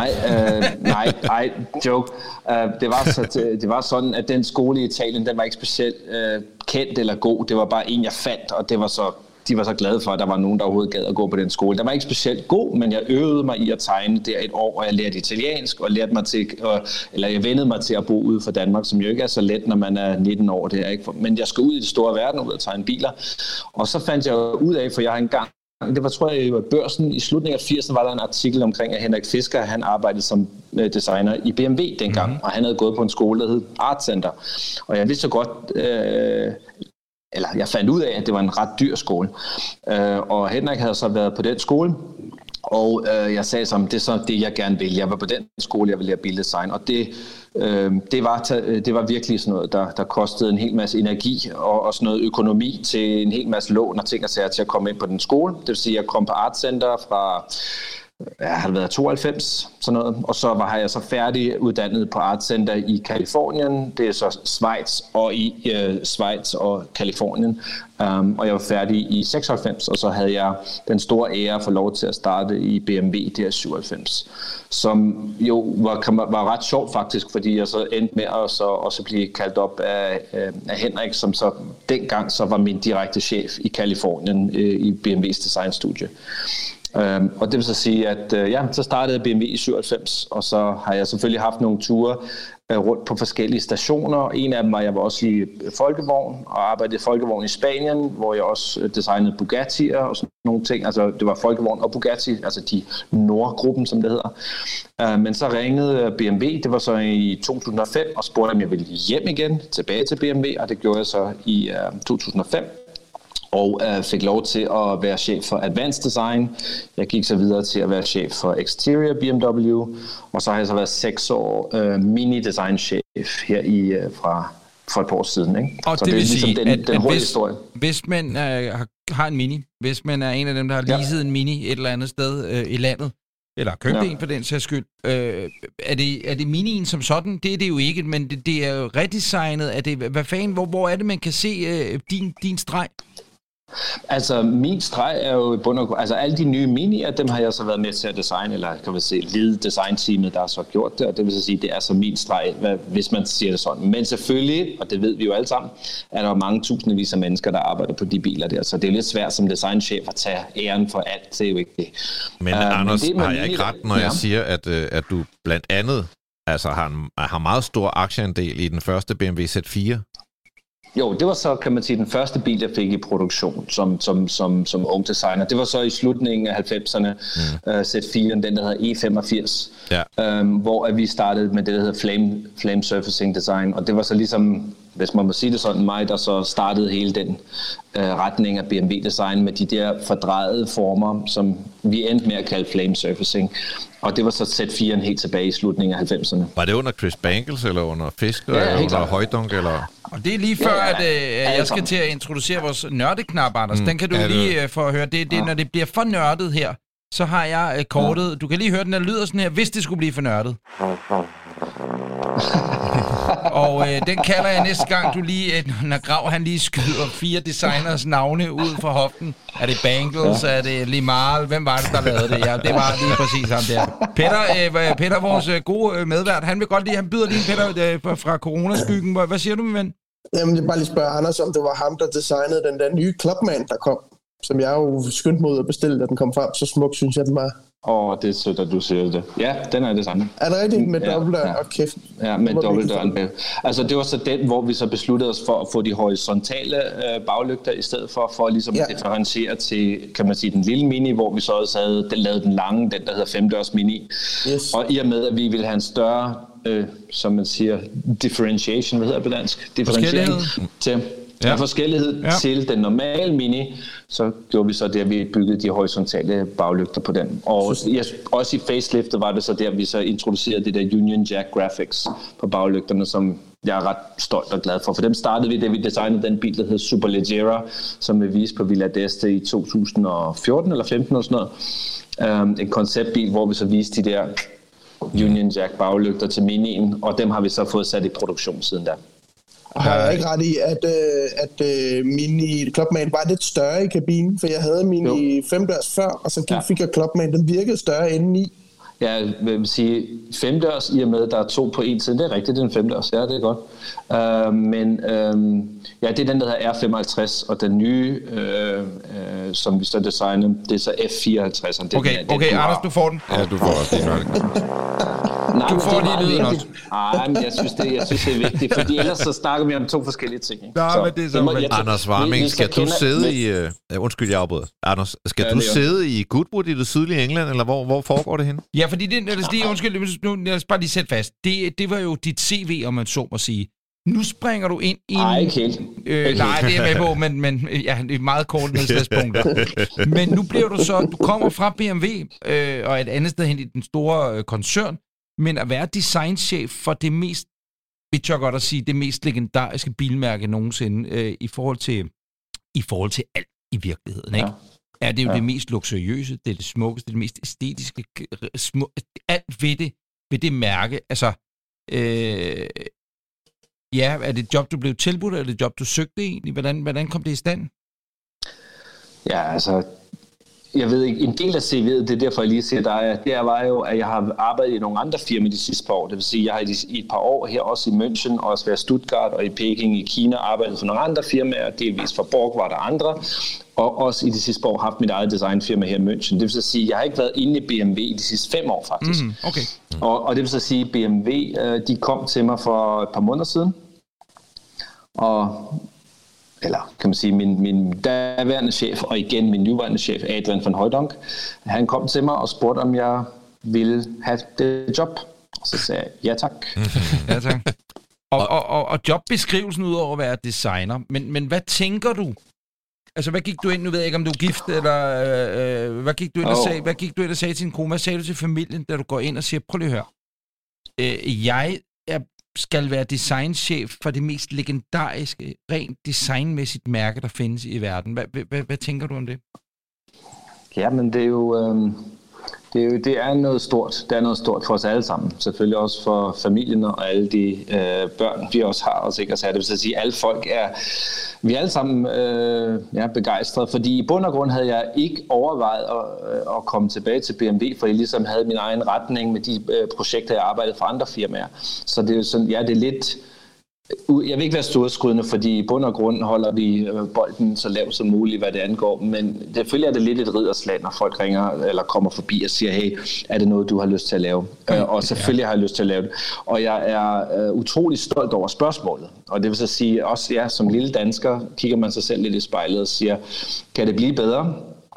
Nej, joke. Det var sådan, at den skole i Italien, den var ikke specielt kendt eller god. Det var bare en, jeg fandt, og de var så glade for, at der var nogen, der overhovedet gad at gå på den skole. Den var ikke specielt god, men jeg øvede mig i at tegne der et år, og jeg lærte italiensk, og jeg vendede mig til at bo ude for Danmark, som jo ikke er så let, når man er 19 år. Det er ikke. Men jeg skulle ud i det store verden ud og tegne biler. Og så fandt jeg ud af, for jeg har engang, det var, tror jeg, i Børsen, i slutningen af 80'erne var der en artikel omkring, at Henrik Fisker, han arbejdede som designer i BMW dengang, og han havde gået på en skole, der hed Art Center. Og jeg vidste så godt, jeg fandt ud af, at det var en ret dyr skole. Og Henrik havde så været på den skole, Og jeg sagde som, det er så det, jeg gerne vil. Jeg var på den skole, jeg ville lære bildesign, og det var virkelig sådan noget, der kostede en hel masse energi og sådan noget økonomi til en hel masse lån og ting og sager til at komme ind på den skole. Det vil sige, at jeg kom på Art Center fra... Jeg har været 92, sådan noget, og så var jeg så færdig uddannet på Art Center i Kalifornien. Det er så Schweiz og i Schweiz og Kalifornien. Og jeg var færdig i 96, og så havde jeg den store ære for lov til at starte i BMW der 97, som jo var ret sjovt faktisk, fordi jeg så endte med at så blive kaldt op af Henrik, som så dengang så var min direkte chef i Kalifornien i BMW's designstudie. Og det vil så sige, at så startede BMW i 97, og så har jeg selvfølgelig haft nogle ture rundt på forskellige stationer. En af dem var, jeg var også i Folkevogn, og arbejdede i Folkevogn i Spanien, hvor jeg også designede Bugatti'er og sådan nogle ting. Altså det var Folkevogn og Bugatti, altså de Nordgruppen, som det hedder. Men så ringede BMW, det var så i 2005, og spurgte, om jeg ville hjem igen, tilbage til BMW, og det gjorde jeg så i 2005. Og fik lov til at være chef for Advanced Design. Jeg gik så videre til at være chef for Exterior BMW, og så har jeg så været 6 år mini-design-chef her for et par år siden. Ikke? Og så det vil ligesom sige, den hurtige historie. Hvis man har en mini, hvis man er en af dem, der har leaset en mini et eller andet sted i landet, eller købt en for den sags skyld, er det minien som sådan? Det er det jo ikke, men det er jo redesignet. Er det, hvad fanden, hvor er det, man kan se din streg? Altså, min streg er jo i bund og grund, altså alle de nye minier, dem har jeg så været med til at designe, eller kan man sige, lede designteamet, der har så gjort det, og det vil så sige, det er så min streg, hvis man siger det sådan. Men selvfølgelig, og det ved vi jo alle sammen, er der mange tusindvis af mennesker, der arbejder på de biler der, så det er lidt svært som designchef at tage æren for alt, det er jo ikke det. Men Anders, har jeg ikke ret, når jeg siger, at du blandt andet altså har meget stor aktieandel i den første BMW Z4? Jo, det var så, kan man sige, den første bil, jeg fik i produktion som ung designer. Det var så i slutningen af 90'erne, Z4'en, den der hedder E85, hvor vi startede med det, der hedder Flame Surfacing Design, og det var så ligesom, hvis man må sige det sådan, mig, der så startede hele den retning af BMW-design med de der fordrejede former, som vi endte med at kalde Flame Surfacing. Og det var så Z4'en helt tilbage i slutningen af 90'erne. Var det under Chris Bangles, eller under Fisker, eller under Højdunk, eller... Og det er lige før, at jeg skal til at introducere vores nørdeknap, Anders. Den kan du lige få at høre. Det når det bliver for nørdet her, så har jeg kortet. Du kan lige høre, den der lyder sådan her, hvis det skulle blive for nørdet. Og den kalder jeg næste gang, du lige, når Grav han lige skyder 4 designers navne ud fra hoften. Er det Bangles? Er det Limal? Hvem var det, der lavede det? Ja, det var lige præcis ham der. Peter, vores gode medvært, han vil godt lige, han byder lige Peter fra Coronaskyggen. Hvad siger du, min ven? Jamen, jeg vil bare lige spørge Anders, om det var ham, der designede den der nye Clubman, der kom, som jeg jo skyndte mod at bestille, da den kom frem. Så smuk, synes jeg, den var. Det er sødt, at du siger det. Ja, den er det samme. Er det rigtigt? Med dobbeltdør og kæft? Ja, med dobbeltdøren. Altså, det var så den, hvor vi så besluttede os for at få de horisontale baglygter i stedet for at ligesom differentiere til, kan man sige, den lille mini, hvor vi så også havde lavet den lange, den der hedder 5-dørs mini. Yes. Og i og med, at vi ville have en større, som man siger, differentiation, hvad hedder det på dansk? Differentiering til... forskellighed til den normale mini, så gjorde vi så det, at vi byggede de horisontale baglygter på den. Og også i faceliftet var det så der, vi så introducerede det der Union Jack Graphics på baglygterne, som jeg er ret stolt og glad for. For dem startede vi, da vi designede den bil, der hed Superleggera, som vi viste på Villa d'Este i 2014 eller 15 eller sådan noget. En konceptbil, hvor vi så viste de der Union Jack baglygter til minien, og dem har vi så fået sat i produktion siden da. Har jeg ikke ret i, at Mini Clubman var lidt større i kabinen? For jeg havde Mini 5-dørs før, og så fik jeg Clubman. Den virkede større indeni. Jeg vil sige 5-dørs, i og med, at der er 2 på en side. Det er rigtigt, det er en 5-dørs. Ja, det er godt. Det er den, der hedder R55, og den nye, som vi så designede, det er så F54. Okay, Anders, du får den. Ja, du får også det. Nej, du får lige lyden også. Nej, men jeg synes, det er vigtigt, fordi ellers så snakker vi om 2 forskellige ting. Ikke? Nej, men det er så Anders Warming, skal du sidde i... undskyld, jeg afbryder. Anders, skal du sidde i Goodwood i det sydlige England, eller hvor foregår det hen? Ja, fordi undskyld, nu lad os bare lige sætte fast. Det var jo dit CV, om man så må sige. Nu springer du ind i... Nej, ikke helt. Nej, det er med på, men ja, det er meget kort nedslagspunkter. Men nu bliver du så... Du kommer fra BMW og et andet sted hen i den store koncern, men at være designchef for det mest, vil jeg godt at sige, det mest legendariske bilmærke nogensinde i forhold til alt i virkeligheden, ikke? Ja. Er det jo det mest luksuriøse, det er det smukkeste, det mest æstetiske, alt ved det mærke. Altså, er det et job, du blev tilbudt, eller er det et job, du søgte egentlig? Hvordan kom det i stand? Ja, altså, jeg ved ikke, en del af CV'et, det er derfor, jeg lige siger dig, det var jo, at jeg har arbejdet i nogle andre firmaer de sidste par år. Det vil sige, jeg har i et par år her også i München, og også været i Stuttgart og i Peking i Kina, arbejdet for nogle andre firmaer, delvis for Borg var der andre, og også i de sidste par år haft mit eget designfirma her i München. Det vil så sige, jeg har ikke været inde i BMW i de sidste 5 år faktisk. Okay. Og det vil så sige, BMW, de kom til mig for et par måneder siden, eller kan man sige, min daværende chef, og igen min nuværende chef, Adrian van Hooydonk, han kom til mig og spurgte, om jeg ville have det job. Og så sagde jeg, ja tak. Ja tak. Og jobbeskrivelsen ud over at være designer, men hvad tænker du? Altså, hvad gik du ind? Nu ved jeg ikke, om du er gift, eller hvad gik du ind og sagde? Hvad gik du ind og sagde til din kone? Hvad sagde du til familien, da du går ind og siger, prøv lige at høre. Jeg skal være designchef for det mest legendariske, rent designmæssigt mærke, der findes i verden. Hvad tænker du om det? Jamen, det er noget stort. Det er noget stort for os alle sammen. Selvfølgelig også for familien og alle de børn, vi også har. Og sikkert så det vil sige, at alle folk vi er alle sammen begejstrede, fordi i bund og grund havde jeg ikke overvejet at komme tilbage til BMW, for jeg ligesom havde min egen retning med de projekter, jeg arbejdede for andre firmaer. Så det er jo sådan, det er lidt... Jeg vil ikke være storskudende, fordi i bund og grund holder vi bolden så lavt som muligt, hvad det angår, men selvfølgelig er det lidt et ridderslag, når folk ringer eller kommer forbi og siger, hey, er det noget, du har lyst til at lave? Og selvfølgelig har jeg lyst til at lave det. Og jeg er utrolig stolt over spørgsmålet. Og det vil så sige, også som lille dansker, kigger man sig selv lidt i spejlet og siger, kan det blive bedre?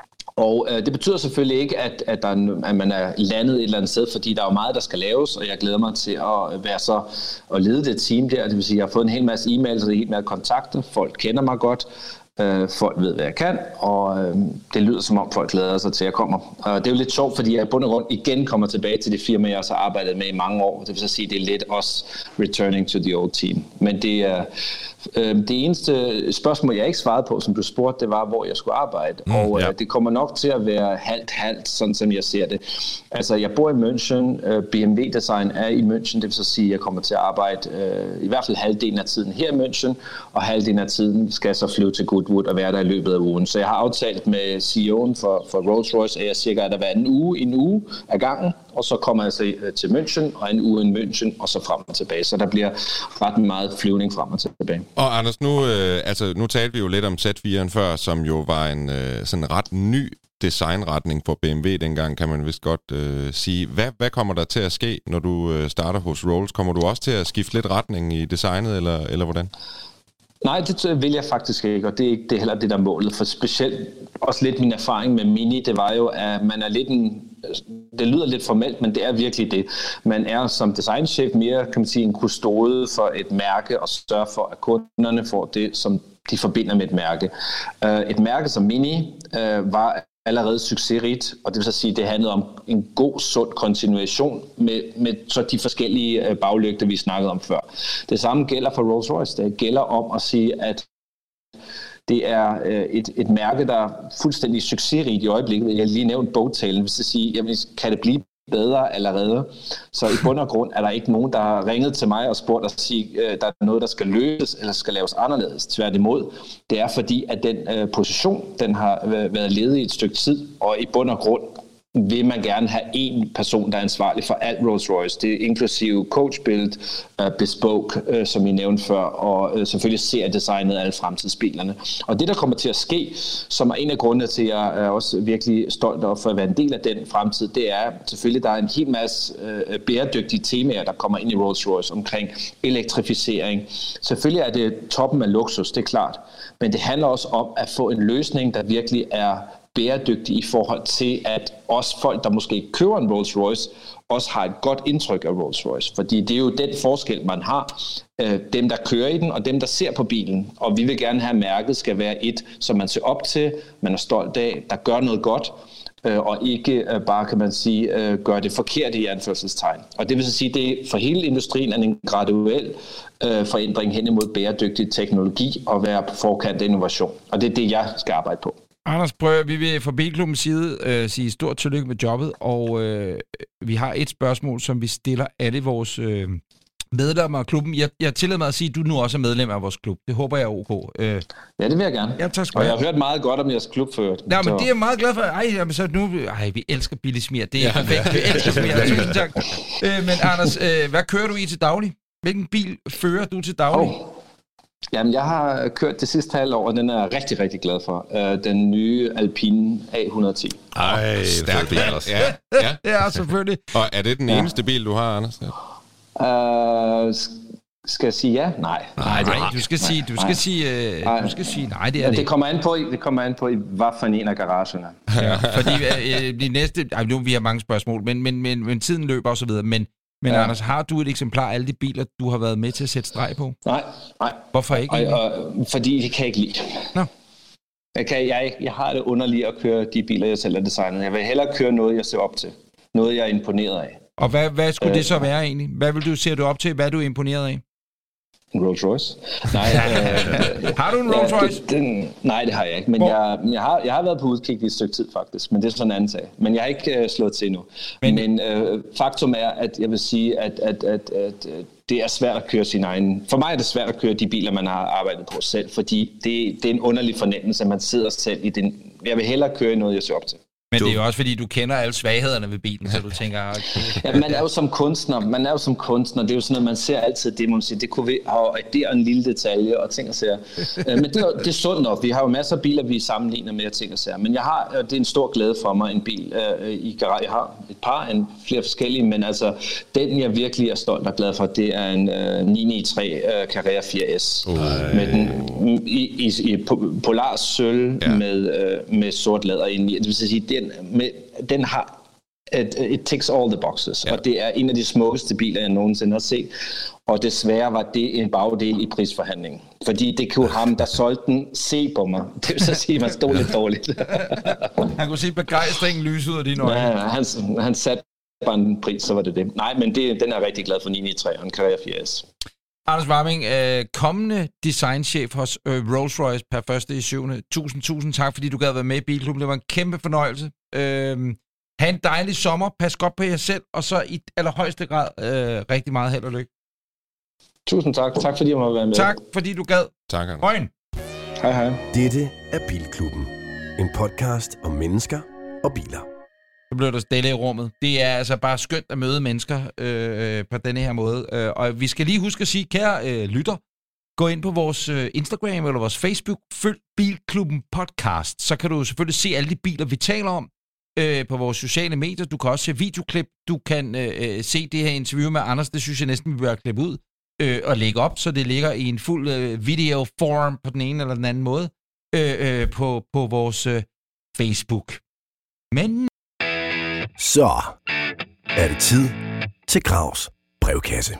Og det betyder selvfølgelig ikke, at man er landet et eller andet sted, fordi der er jo meget, der skal laves, og jeg glæder mig til at være og lede det team der. Det vil sige, at jeg har fået en hel masse e-mails og en hel masse kontakter. Folk kender mig godt. Folk ved, hvad jeg kan, og det lyder som om folk glæder sig til, at jeg kommer. Og det er jo lidt sjovt, fordi jeg i bund og grund igen kommer tilbage til det firma, jeg også har arbejdet med i mange år. Det vil så sige, at det er lidt også returning to the old team. Men det er det eneste spørgsmål, jeg ikke svarede på, som du spurgte, det var, hvor jeg skulle arbejde. Det kommer nok til at være halvt, sådan som jeg ser det. Altså, jeg bor i München. BMW Design er i München. Det vil så sige, at jeg kommer til at arbejde i hvert fald halvdelen af tiden her i München, og halvdelen af tiden skal jeg så flyve til Goodwood og være der i løbet af ugen. Så jeg har aftalt med CEO'en for Rolls-Royce, at jeg cirka er der hver en uge af gangen, og så kommer jeg så til München, og en uge i München, og så frem og tilbage. Så der bliver ret meget flyvning frem og tilbage. Og Anders, nu talte vi jo lidt om Z4'en før, som jo var en sådan ret ny designretning for BMW dengang, kan man vist godt sige. Hvad kommer der til at ske, når du starter hos Rolls? Kommer du også til at skifte lidt retning i designet, eller hvordan? Nej, det vil jeg faktisk ikke, og det er ikke heller det, der er målet. For specielt også lidt min erfaring med Mini, det var jo, at man er lidt det lyder lidt formelt, men det er virkelig det. Man er som designchef mere, kan man sige, en kustode for et mærke og sørge for, at kunderne får det, som de forbinder med et mærke. Et mærke som Mini var allerede succesrigt, og det vil så sige, at det handlede om en god, sund kontinuation med så de forskellige baglygter, vi snakkede om før. Det samme gælder for Rolls-Royce. Det gælder om at sige, at det er et mærke, der er fuldstændig succesrigt i øjeblikket. Jeg har lige nævnt bogtalen, hvis det siger, jamen, kan det blive bedre allerede? Så i bund og grund er der ikke nogen, der har ringet til mig og spurgt og sige, der er noget, der skal løses eller skal laves anderledes. Tværtimod. Det er fordi, at den position, den har været ledig i et stykke tid, og i bund og grund vil man gerne have en person, der er ansvarlig for alt Rolls-Royce. Det er inklusive coachbuild, bespoke, som I nævnte før, og selvfølgelig seriedesignet af alle fremtidsbilerne. Og det, der kommer til at ske, som er en af grundene til, at jeg er også virkelig stolt af for at være en del af den fremtid, det er selvfølgelig, der er en hel masse bæredygtige temaer, der kommer ind i Rolls-Royce omkring elektrificering. Selvfølgelig er det toppen af luksus, det er klart. Men det handler også om at få en løsning, der virkelig er bæredygtig i forhold til, at også folk, der måske ikke køber en Rolls Royce, også har et godt indtryk af Rolls Royce. Fordi det er jo den forskel, man har. Dem, der kører i den, og dem, der ser på bilen. Og vi vil gerne have, at mærket skal være et, som man ser op til, man er stolt af, der gør noget godt, og ikke bare, kan man sige, gør det forkerte i anførselstegn. Og det vil så sige, det for hele industrien er en graduel forandring hen imod bæredygtig teknologi og være på forkant af innovation. Og det er det, jeg skal arbejde på. Anders, vi vil fra Bilklubbens side sige stort tillykke med jobbet, og vi har et spørgsmål, som vi stiller alle vores medlemmer af klubben. Jeg tillader mig at sige, at du nu også er medlem af vores klub. Det håber jeg er ok. Ja, det vil jeg gerne. Ja, tak skal og jeg har hørt meget godt om jeres klub før. Ja, men det er jeg meget glad for. Så nu... vi elsker billig smir. Det er perfekt. Vi elsker smir. Tusind tak. Men Anders, hvad kører du i til daglig? Hvilken bil fører du til daglig? Jamen, jeg har kørt det sidste halvår, og den er jeg rigtig, rigtig glad for. Den nye Alpine A110. Ej, stærk bil, Anders. Ja, selvfølgelig. Og er det den eneste bil, du har, Anders? Skal jeg sige ja? Nej, du skal sige nej, det er det. Det kommer an på, hvad for en af garagerne. Ja, fordi de næste... nu vi har mange spørgsmål, men tiden løber og så videre. Men Anders, har du et eksemplar af alle de biler, du har været med til at sætte streg på? Nej. Hvorfor ikke? Fordi det kan jeg ikke lide. Nå. Jeg har det underligt at køre de biler, jeg selv har designet. Jeg vil hellere køre noget, jeg ser op til. Noget, jeg er imponeret af. Og hvad skulle det så være egentlig? Hvad ser du op til? Hvad er du imponeret af? En Rolls Royce? Nej. Har du en Rolls Royce? Nej, det har jeg ikke. Men jeg har været på udkig i et stykke tid faktisk. Men det er sådan en anden sag. Men jeg har ikke slået til endnu. Men faktum er, at jeg vil sige, at det er svært at køre sin egen... For mig er det svært at køre de biler, man har arbejdet på selv. Fordi det er en underlig fornemmelse, at man sidder selv i den... Jeg vil hellere køre i noget, jeg ser op til. Men det er jo også, fordi du kender alle svaghederne ved bilen, så du tænker... Okay. Ja, man er jo som kunstner. Det er jo sådan noget, man ser altid det, man siger, det kunne vi have, og det er en lille detalje, og ting og sager. Men det er sundt nok. Vi har jo masser af biler, vi sammenligner med ting og sager. Men det er en stor glæde for mig, en bil i garage. Jeg har et par, flere forskellige, men altså, den jeg virkelig er stolt og glad for, det er en 993 Carrera 4S. Med den i polar sølv med sort læder ind i. Det vil sige, den har it ticks all the boxes, og det er en af de smukkeste biler, jeg nogensinde har set, og desværre var det en bagdel i prisforhandlingen, fordi det kunne ham, der solgte den, se på mig. Det vil så sige, at man stod lidt dårligt. Han kunne se begejstringen lyse ud af dine øjne. Ja, han satte bare en pris, så var det det. Nej, men den er rigtig glad for 993 og en Carrera 4S. Anders Warming, kommende designchef hos Rolls-Royce per 1.7. Tusind tak, fordi du gad være med i Bilklubben. Det var en kæmpe fornøjelse. Ha' en dejlig sommer. Pas godt på jer selv, og så i allerhøjeste grad rigtig meget held og lykke. Tusind tak. Tak fordi jeg måtte være med. Tak fordi du gad. Tak, Anders. Røgn. Hej. Dette er Bilklubben. En podcast om mennesker og biler. Så blev der stille i rummet. Det er altså bare skønt at møde mennesker på denne her måde. Og vi skal lige huske at sige, kære lytter, gå ind på vores Instagram eller vores Facebook, følg Bilklubben Podcast. Så kan du selvfølgelig se alle de biler, vi taler om på vores sociale medier. Du kan også se videoklip. Du kan se det her interview med Anders. Det synes jeg næsten, vi bør klippe ud og lægge op, så det ligger i en fuld videoform på den ene eller den anden måde på vores Facebook. Men så er det tid til Gravs brevkasse.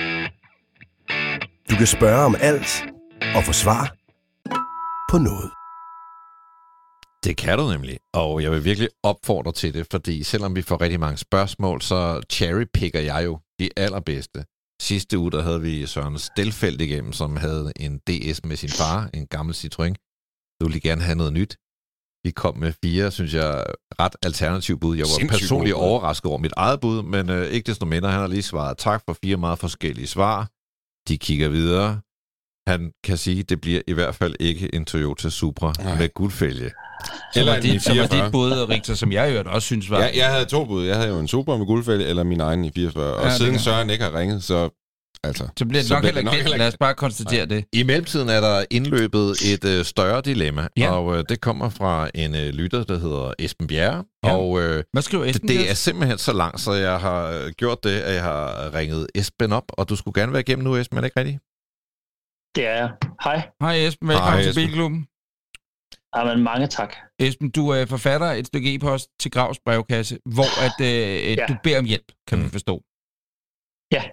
Du kan spørge om alt og få svar på noget. Det kan du nemlig, og jeg vil virkelig opfordre til det, fordi selvom vi får rigtig mange spørgsmål, så cherrypicker jeg jo de allerbedste. Sidste uge, der havde vi Søren Stelfeldt igennem, som havde en DS med sin far, en gammel Citroën. Du ville gerne have noget nyt. Vi kom med 4, synes jeg, ret alternativ bud. Jeg var personligt overrasket over mit eget bud, men ikke desto mindre. Han har lige svaret tak for 4 meget forskellige svar. De kigger videre. Han kan sige, at det bliver i hvert fald ikke en Toyota Supra med guldfælge. Eller dit bud, Richter, som jeg jo også synes var... Ja, jeg havde 2 bud. Jeg havde jo en Supra med guldfælge, eller min egen i 44. Og siden Søren ikke har ringet, så... Altså, så bliver det nok heller ikke. Lad os bare konstatere det. I mellemtiden er der indløbet et større dilemma, og det kommer fra en lytter, der hedder Esben Bjerre. Ja. Og hvad skriver Esben? Det er simpelthen så langt, så jeg har gjort det, at jeg har ringet Esben op, og du skulle gerne være igennem nu, Esben, er det ikke rigtigt? Det er jeg. Hej. Hej Esben, velkommen til Bilklubben. Jamen, mange tak. Esben, du er forfatter et stykke e-post til Gravs brevkasse, hvor du beder om hjælp, kan vi forstå. Ja.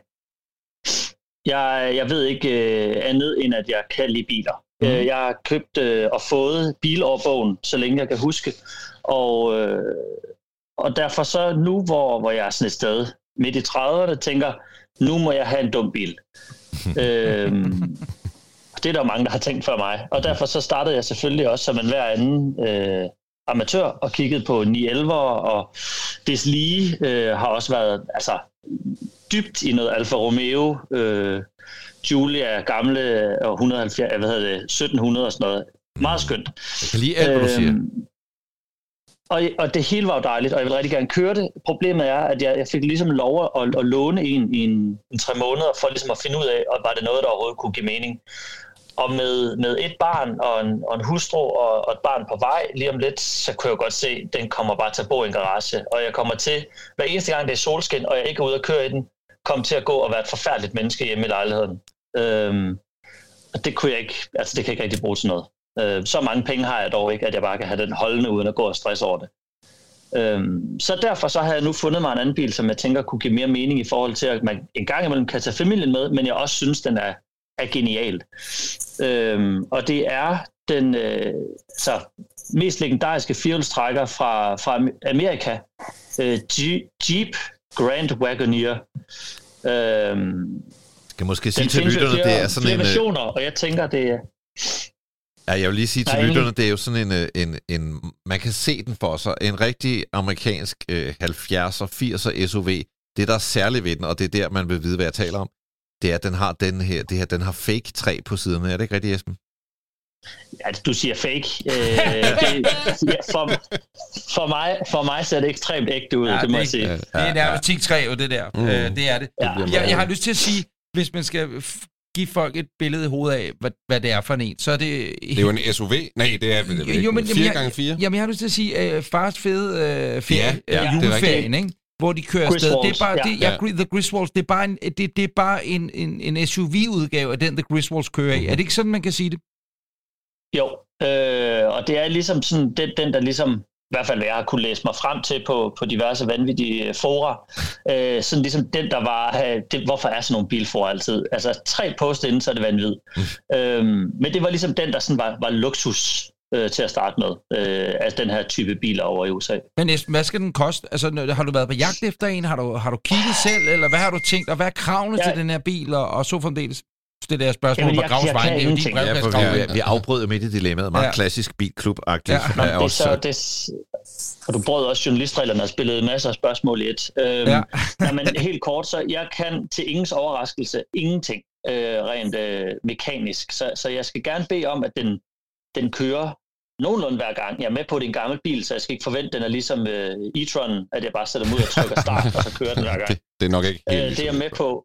Jeg ved ikke andet, end at jeg kan lide biler. Jeg har købt og fået bilårbogen, så længe jeg kan huske. Og derfor så nu, hvor jeg er sådan et sted midt i 30'erne, tænker, nu må jeg have en dum bil. Det er der mange, der har tænkt før mig. Og derfor så startede jeg selvfølgelig også som en hver anden amatør og kiggede på 911'er, og deslige har også været dybt i noget Alfa Romeo, Giulia, gamle 170, 1700 og sådan noget. Meget skønt. Jeg kan lide alt, hvad du siger. Og det hele var jo dejligt, og jeg ville rigtig gerne køre det. Problemet er, at jeg fik ligesom lov at låne en i 3 måneder, for ligesom at finde ud af, og var det noget, der overhovedet kunne give mening. Og med et barn og en hustru og et barn på vej, lige om lidt, så kunne jeg godt se, at den kommer bare til at bo i en garage. Og jeg kommer til, hver eneste gang det er solskin, og jeg ikke er ude at køre i den, komme til at gå og være et forfærdeligt menneske hjemme i lejligheden. Og det kunne jeg ikke, det kan jeg ikke rigtig bruge til noget. Så mange penge har jeg dog ikke, at jeg bare kan have den holdende, uden at gå og stresse over det. Så derfor så har jeg nu fundet mig en anden bil, som jeg tænker kunne give mere mening i forhold til, at man en gang imellem kan tage familien med, men jeg også synes, den er genial. Og det er den mest legendariske firehjulstrækker fra Amerika, Jeep Grand Wagoneer. Skal måske sige til lytterne, det er sådan en versioner, og jeg tænker, det er... Ja, jeg vil lige sige til lytterne, det er jo sådan en man kan se den for sig, en rigtig amerikansk 70'er, 80'er SUV. Det, der er særligt ved den, og det er der, man vil vide, hvad jeg taler om, det er, at den har den har fake træ på siderne. Er det ikke rigtigt, Esben? Ja, du siger fake. For mig ser det ekstremt ægte ud, det må jeg sige. Det er nærmest teaktræ, det der. Det er det. Jeg har lyst til at sige, hvis man skal give folk et billede i hovedet af, hvad det er for en, så er det... Det er jo en SUV. Nej, det er 4x4. Jamen, jeg har lyst til at sige fast fed ferie, juleferien, ikke? Hvor de kører afsted. Det er bare The Griswolds. Det er bare en SUV-udgave af den The Griswolds kører i. Er det ikke sådan, man kan sige det? Jo, og det er ligesom sådan den der ligesom i hvert fald, hvad jeg har kunne læse mig frem til på diverse vanvittige fora. Sådan ligesom den, der var... hvorfor er sådan nogle bilforer altid? Altså 3 post inden, så er det vanvittigt. Men det var ligesom den, der sådan var luksus til at starte med. Altså den her type biler over i USA. Men Esben, hvad skal den koste? Altså, har du været på jagt efter en? Har du kigget selv? Eller hvad har du tænkt? Og hvad er kravene til den her bil? Og så fremdeles? Det der spørgsmål på Gravs vejen, det er jo din brevkasse. Vi afbrød midt i dilemmaet. Meget klassisk bilklub-agtigt. Og du brød også journalistreglerne og spillede masser af spørgsmål i et. Men helt kort, så jeg kan til ingens overraskelse ingenting rent mekanisk. Så jeg skal gerne bede om, at den kører nogenlunde hver gang. Jeg er med på, at det er en gammel bil, så jeg skal ikke forvente, at den er ligesom e-tron, at jeg bare sætter dem ud og trykker start, og så kører den hver gang. Det er nok ikke helt det er jeg med på.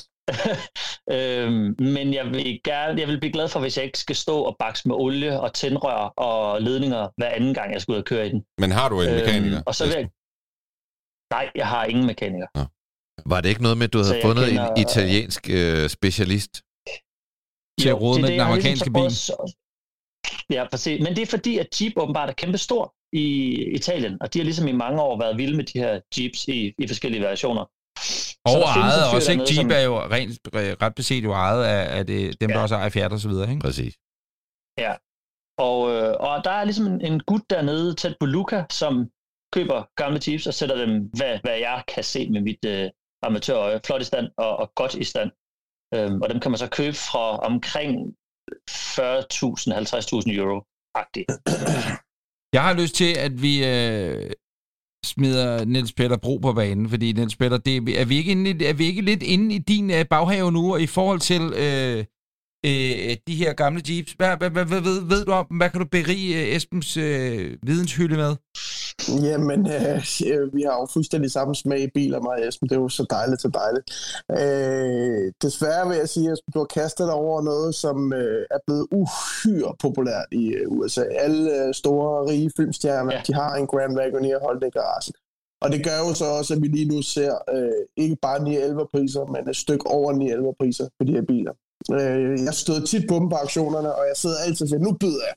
Men jeg vil blive glad for, hvis jeg ikke skal stå og bakse med olie og tændrør og ledninger hver anden gang, jeg skal ud og køre i den. Men har du en mekaniker? Og så vil jeg... Nej, jeg har ingen mekaniker. Ja. Var det ikke noget med, at du havde fundet en italiensk specialist til at råde med den amerikanske bil? Ja, præcis. Men det er fordi, at Jeep åbenbart er kæmpestor i Italien, og de har ligesom i mange år været vilde med de her Jeeps i forskellige versioner. Og ejet også, ikke? Jeep er jo ret beset jo ejet af dem, der også ejer Fiat og så videre, ikke? Præcis. Ja, og der er ligesom en gut dernede tæt på Luca, som køber gamle Jeeps og sætter dem, hvad jeg kan se med mit amatørøje, flot i stand og godt i stand. Og dem kan man så købe fra omkring 40.000-50.000 euro-agtigt. Jeg har lyst til, at vi smider Niels Peter Bro på banen, fordi Niels Peter, er vi ikke lidt inde i din baghave nu, og i forhold til de her gamle Jeeps? Hvad ved du om, hvad kan du berige Esbens videnshylde med? Jamen, vi har jo fuldstændig samme smag i biler, mig og Esben. Det er jo så dejligt, desværre vil jeg sige, at du har kastet dig over noget, som er blevet uhyre populært i USA. Alle store, rige filmstjerner, de har en Grand Wagoneer holdt i garagen. Og det gør jo så også, at vi lige nu ser ikke bare 911-priser, men et stykke over 911-priser på de her biler. Jeg støder tit på dem på auktionerne, og jeg sidder altid og siger, nu byder jeg.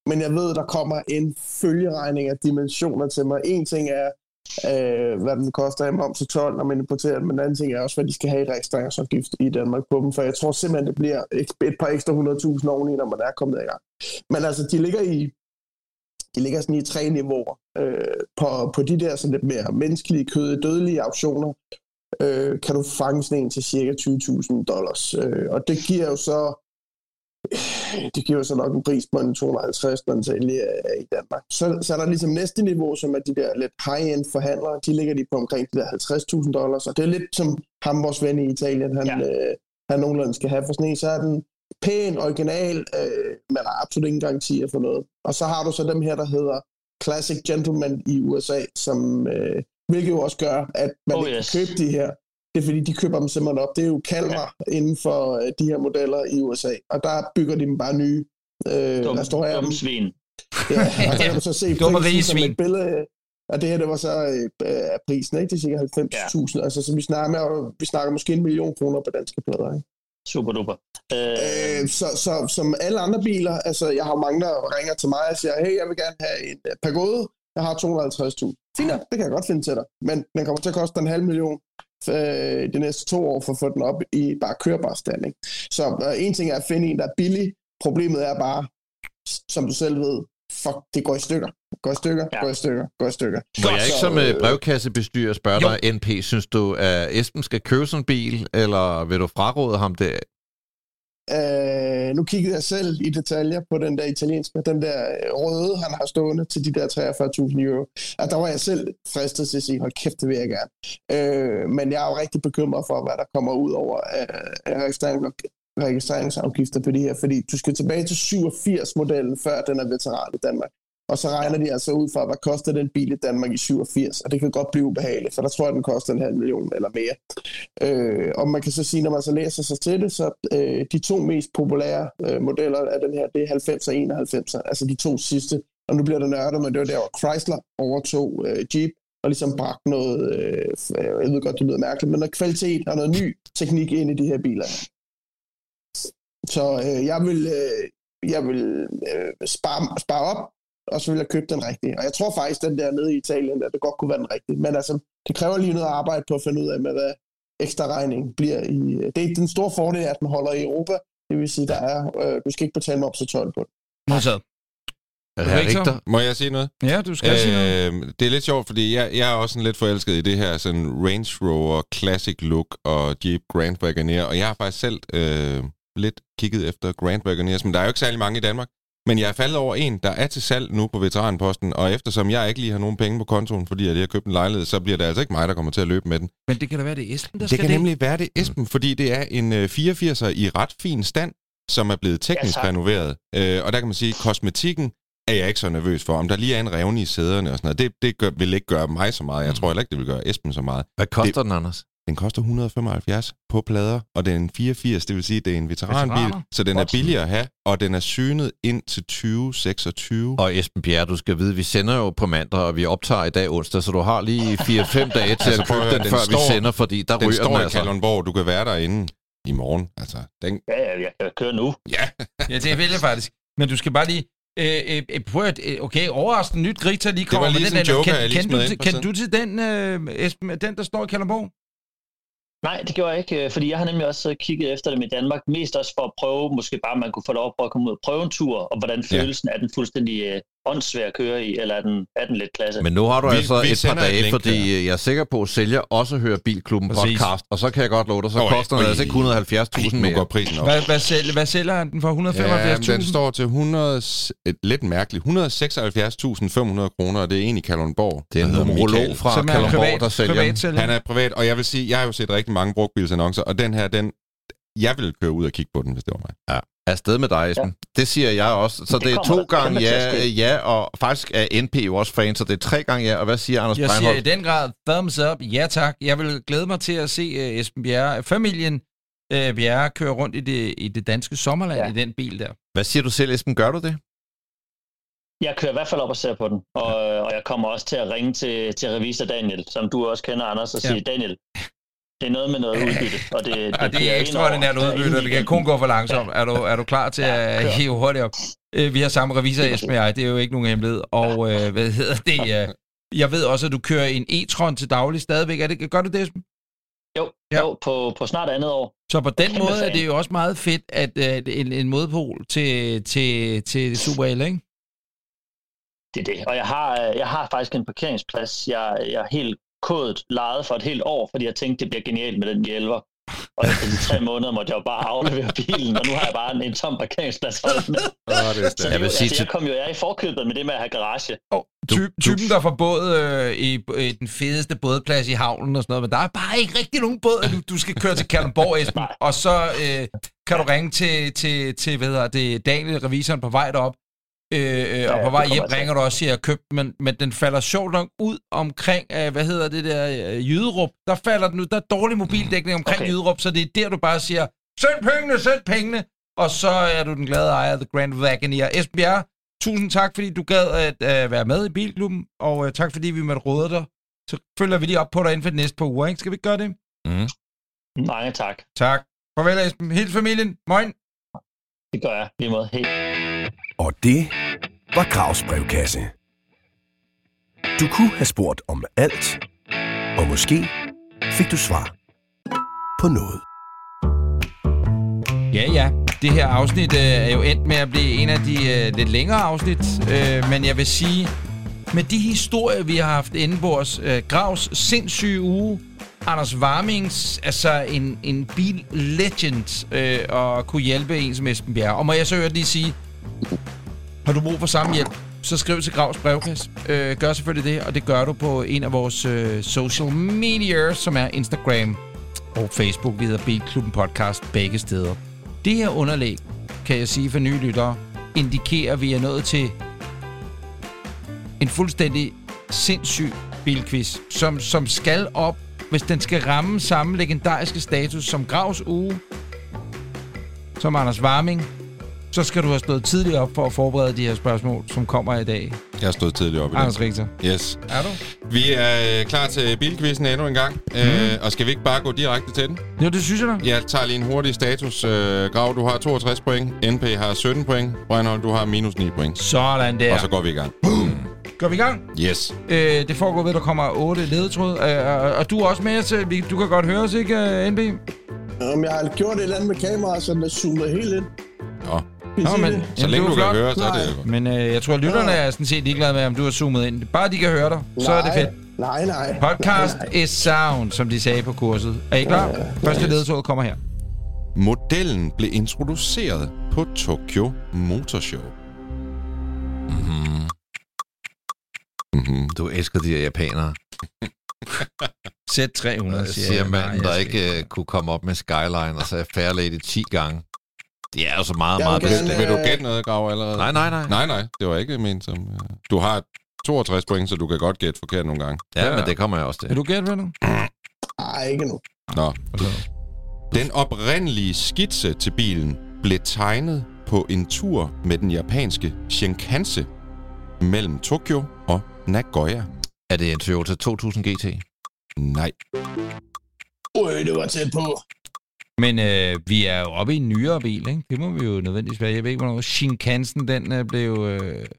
men jeg ved, der kommer en følgeregning af dimensioner til mig. En ting er, hvad den koster i moms og told, når man importerer den, men en anden ting er også, hvad de skal have i registreringsafgift i Danmark på dem, for jeg tror simpelthen, det bliver et par ekstra 100.000 oveni, når man er kommet i gang. Men altså, de ligger sådan i 3 niveauer. På de der sådan lidt mere menneskelige, dødelige auktioner, kan du fange sådan en til cirka $20,000. Og det giver jo så nok en pris på en 250, når den sælger i Danmark. Så er der ligesom næste niveau, som er de der lidt high-end forhandlere. De ligger de på omkring de der $50,000. Og det er lidt som ham, vores ven i Italien, han nogenlunde skal have for sådan en. Så er den pæn, original, men der er absolut ingen garantier for noget. Og så har du så dem her, der hedder Classic Gentleman i USA, som hvilket jo også gør, at man ikke kan købe de her. Det er fordi, de køber dem simpelthen op. Det er jo kalmer inden for de her modeller i USA, og der bygger de dem bare nye. Dumme svin. Ja, og der kan du så se prisen som et billede. Og det her, det var så prisen, ikke? Det er cirka 90.000. Altså, så vi snakker måske 1 million kroner på danske plader, ikke? Super duper. Så som alle andre biler, altså jeg har mange, der ringer til mig og siger, hey, jeg vil gerne have en Pagode, jeg har 250.000. Fint, det kan jeg godt finde til dig, men den kommer til at koste 500.000 de næste 2 år for at få den op i bare kørbar stand. Ikke? Så en ting er at finde en, der er billig. Problemet er bare, som du selv ved, fuck, det går i stykker. Går i stykker. Må jeg ikke som brevkassebestyrer spørge dig, NP, synes du, at Esben skal købe sådan en bil, eller vil du fraråde ham det? Nu kiggede jeg selv i detaljer på den der italienske, den der røde, han har stående til de der 43.000 euro. Og der var jeg selv fristet til at sige, hold kæft, det vil jeg gerne. Men jeg er jo rigtig bekymret for, hvad der kommer ud over registreringsafgifter på de her, fordi du skal tilbage til 87-modellen, før den er veteran i Danmark. Og så regner de altså ud fra, hvad koster den bil i Danmark i 87, og det kan godt blive ubehageligt, for der tror jeg, den koster 500.000 eller mere. Og man kan så sige, når man så læser sig til det, så de 2 mest populære modeller af den her, det er 90 og 91, altså de 2 sidste. Og nu bliver det nørdet, men det var der, hvor Chrysler overtog Jeep, og ligesom bragte noget, jeg ved godt, det lyder mærkeligt, men noget kvalitet og noget ny teknik ind i de her biler. Så jeg vil spare op, og så vil jeg købe den rigtige. Og jeg tror faktisk, den der nede i Italien, at det godt kunne være den rigtige. Men altså, det kræver lige noget arbejde på at finde ud af, hvad ekstra regning bliver i. Det er den store fordel, at den holder i Europa. Det vil sige, du skal ikke betale moms og told på det. Modtaget. Må jeg sige noget? Ja, du skal sige noget. Det er lidt sjovt, fordi jeg er også sådan lidt forelsket i det her sådan Range Rover Classic look og Jeep Grand Wagoneer, og jeg har faktisk selv lidt kigget efter Grand Wagoneers, men der er jo ikke særlig mange i Danmark. Men jeg er faldet over en, der er til salg nu på Veteranposten, og eftersom jeg ikke lige har nogen penge på kontoen, fordi jeg lige har købt en lejlighed, så bliver det altså ikke mig, der kommer til at løbe med den. Men det kan da være, det er Esben, der skal det. Det kan nemlig være, det Esben, fordi det er en 84'er i ret fin stand, som er blevet teknisk renoveret. Og der kan man sige, at kosmetikken er jeg ikke så nervøs for. Om der lige er en revne i sæderne og sådan noget, det vil ikke gøre mig så meget. Jeg tror heller ikke, det vil gøre Esben så meget. Hvad koster den, Anders? Den koster 175 på plader, og det er en 84, det vil sige, det er en veteranbil, så den er billigere at have, og den er synet ind til 2026. Og Esben Bjerre, du skal vide, vi sender jo på mandag, og vi optager i dag onsdag, så du har lige 4-5 dage til at købe den, før vi sender, fordi der ryger den altså. Den står i Kalundborg, du kan være derinde i morgen. Altså, den... Ja, jeg kan køre nu. Ja, det vil jeg faktisk. Men du skal bare lige... prøv at... Okay, overraskende nyt Grita lige kommer. Det var lige sådan en joker, jeg lige smed ind på siden. Kan du til den, Esben, den der står i Kalundborg? Nej, det gjorde jeg ikke, fordi jeg har nemlig også kigget efter dem i Danmark, mest også for at prøve, måske bare man kunne få lov at komme ud og prøve en tur, og hvordan følelsen er den fuldstændig åndssvær at køre i, eller er den lidt klasse. Men nu har du altså et par dage, fordi jeg er sikker på, at sælger også hører Bilklubben podcast, og så kan jeg godt love dig, så koster den altså ikke 170.000 mere. Nu går prisen op. Hvad sælger han den for? 175.000? Den står til lidt mærkeligt, 176.500 kroner, og det er en i Kalundborg. Det er en homolog fra Kalundborg, der sælger. Han er privat, og jeg vil sige, jeg har jo set rigtig mange brugtbilsannoncer, og den her, jeg vil køre ud og kigge på den, hvis det var mig. Ja. Afsted med dig, Esben. Ja. Det siger jeg også. Så det er 2 gange ja, og faktisk er NP jo også fan, så det er 3 gange ja. Og hvad siger Anders Breinholt? Jeg siger i den grad thumbs up, ja tak. Jeg vil glæde mig til at se Esben Bjerre, familien Bjerre, køre rundt i det danske sommerland i den bil der. Hvad siger du selv, Esben? Gør du det? Jeg kører i hvert fald op og ser på den, og jeg kommer også til at ringe til revisor Daniel, som du også kender, Anders, og sige, Daniel, det er noget med noget udbytte. Og det er ekstraordinært udbytte, og det kan kun gå for langsomt. Er du klar til at hive hurtigt op? Vi har samme revisor, Esben og jeg. Det er jo ikke nogen hemmelighed. Og hvad hedder det? Jeg ved også, at du kører en e-tron til daglig stadigvæk. Gør du det, Esben? Jo, på snart andet år. Så på den måde er det jo også meget fedt, at en modpol til Super L, ikke? Det er det. Og jeg har faktisk en parkeringsplads. Jeg er helt kodet lejet for et helt år, fordi jeg tænkte, det bliver genialt med den hjælper. Og efter de 3 måneder måtte jeg jo bare aflevere bilen, og nu har jeg bare en tom parkeringsplads holdt med. Så jeg kom jo i forkøbet med det med at have garage. Typen, der får båd i den fedeste bådplads i havnen og sådan noget, men der er bare ikke rigtig nogen båd. Du skal køre til Kalundborg, Esben, og så kan du ringe til hvad hedder det, Daniel, revisoren på vej derop. Og på vej hjem ringer du også og siger, at jeg købte den, men den falder sjovt nok ud omkring, hvad hedder det der, Jyderup. Der falder den ud, der er dårlig mobildækning omkring Jyderup, så det er der, du bare siger, send pengene, og så er du den glade ejer af The Grand Wagoneer. Esben Bjerre, tusind tak, fordi du gad at være med i Bilklubben, og tak, fordi vi måtte råde dig. Så følger vi lige op på dig inden for de næste par uger, ikke? Skal vi gøre det? Mange tak. Tak. Farvel, Esben. Hele familien. Moin. Det gør jeg. Lige måde. Hej. Og det var Gravs brevkasse. Du kunne have spurgt om alt, og måske fik du svar på noget. Ja. Det her afsnit er jo endt med at blive en af de lidt længere afsnit, men jeg vil sige, med de historier, vi har haft inde på os, Gravs sindssyge uge, Anders Warmings, altså en bil-legend, og kunne hjælpe en som Esben Bjerre. Og må jeg så lige sige, har du brug for samme hjælp, så skriv til Gravs brevkasse. Gør selvfølgelig det, og det gør du på en af vores social media, som er Instagram og Facebook. Vi hedder Bilklubben Podcast begge steder. Det her underlæg, kan jeg sige for nye lyttere, indikerer, at vi er nået til en fuldstændig sindssyg bilquiz, som skal op, hvis den skal ramme samme legendariske status som Gravs uge, som Anders Warming, så skal du have stået tidligt op for at forberede de her spørgsmål, som kommer i dag. Jeg har stået tidligt op i dag. Anders Richter. Yes. Er du? Vi er klar til bilquizzen endnu en gang. Og skal vi ikke bare gå direkte til den? Jo, det synes jeg da. Jeg tager lige en hurtig status. Grav, du har 62 point. NP har 17 point. Brøndholt, du har minus 9 point. Sådan der. Og så går vi i gang. Går vi i gang? Yes. Det foregår ved, at der kommer 8 ledetråd. Og du er også med, så du kan godt høre os, ikke, NB? Jeg har gjort et eller andet med kameraet, så den er zoomet helt ind. Nå. Men, så længe du kan høre, så er det jo. Men jeg tror, at lytterne er sådan set ligeglade med, om du har zoomet ind. Bare de kan høre dig, så er det fedt. Nej. Podcast is sound, som de sagde på kurset. Er I klar? Første ledetråd kommer her. Modellen blev introduceret på Tokyo Motor Show. Du elsker de her japanere. Z300, siger manden, der ikke kunne komme op med Skyline, og så er Fairlady 10 gange. Det er jo så meget bestemt. Vil du gætte noget, Grav, allerede? Nej. Det var ikke ment som... Du har 62 point, så du kan godt gætte forkert nogle gange. Ja, men det kommer jeg også til. Vil du gætte, Venner? Nej, ikke nu. Nå. Den oprindelige skitse til bilen blev tegnet på en tur med den japanske Shinkansen mellem Tokyo og Nagoya. Er det en Toyota 2000 GT? Nej. Det var tæt på. Men vi er jo oppe i en nyere bil, ikke? Det må vi jo nødvendigvis være. Jeg ved ikke, hvornår Shinkansen, den blev...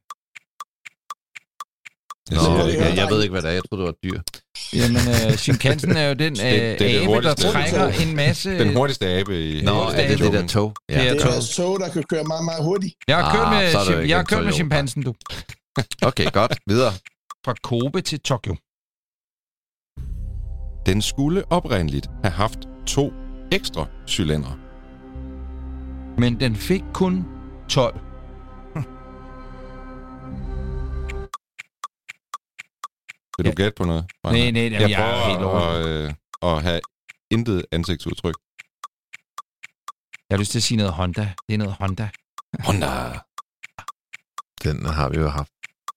Jeg ved ikke, hvad det er. Jeg tror det var et dyr. Jamen, Shinkansen er jo den abe, der trækker en masse... Den hurtigste abe i... Nå, er det der tog? Ja. Det er et tog, der kan køre meget, meget hurtigt. Jeg har kørt med chimpansen, du. Okay, godt. Videre. Fra Kobe til Tokyo. Den skulle oprindeligt have haft 2 ekstra cylindre. Men den fik kun 12. Vil du gætte på noget? Nej, jeg er helt over. At have intet ansigtsudtryk. Jeg har lyst til at sige noget Honda. Det er noget Honda. Den har vi jo haft.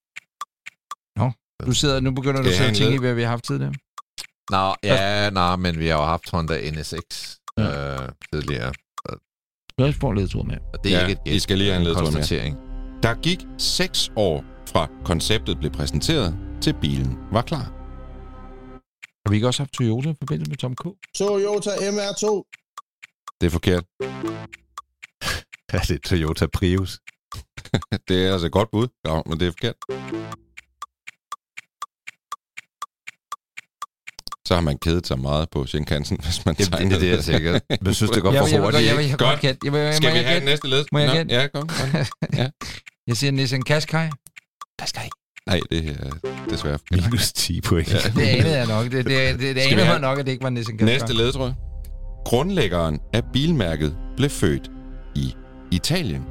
Nå, nu begynder du at tænke i, hvad vi har haft tidligere. Men vi har jo haft Honda NSX tidligere. Spørgsmål ledetråd med. Det er ikke et I skal lige have en ledetråd med. Der gik 6 år fra konceptet blev præsenteret, til bilen var klar. Har vi ikke også haft Toyota i forbindelse med Tom K? Toyota MR2. Det er forkert. Ja, det er Toyota Prius. Det er altså et godt bud, ja, men det er forkert. Så har man kedet sig meget på Shinkansen, hvis man tegner det. Det er sikkert. Jeg synes, det går for hurtigt. Godt. Skal vi have næste led? Må jeg gætte? Ja, kom. Ja. Jeg siger Nissan Qashqai. Nej, det er desværre forkert. Minus 10 point. Ja. Det anede jeg nok. Det anede mig nok, at det ikke var Nissan Qashqai. Næste ledtråd. Grundlæggeren af bilmærket blev født i Italien.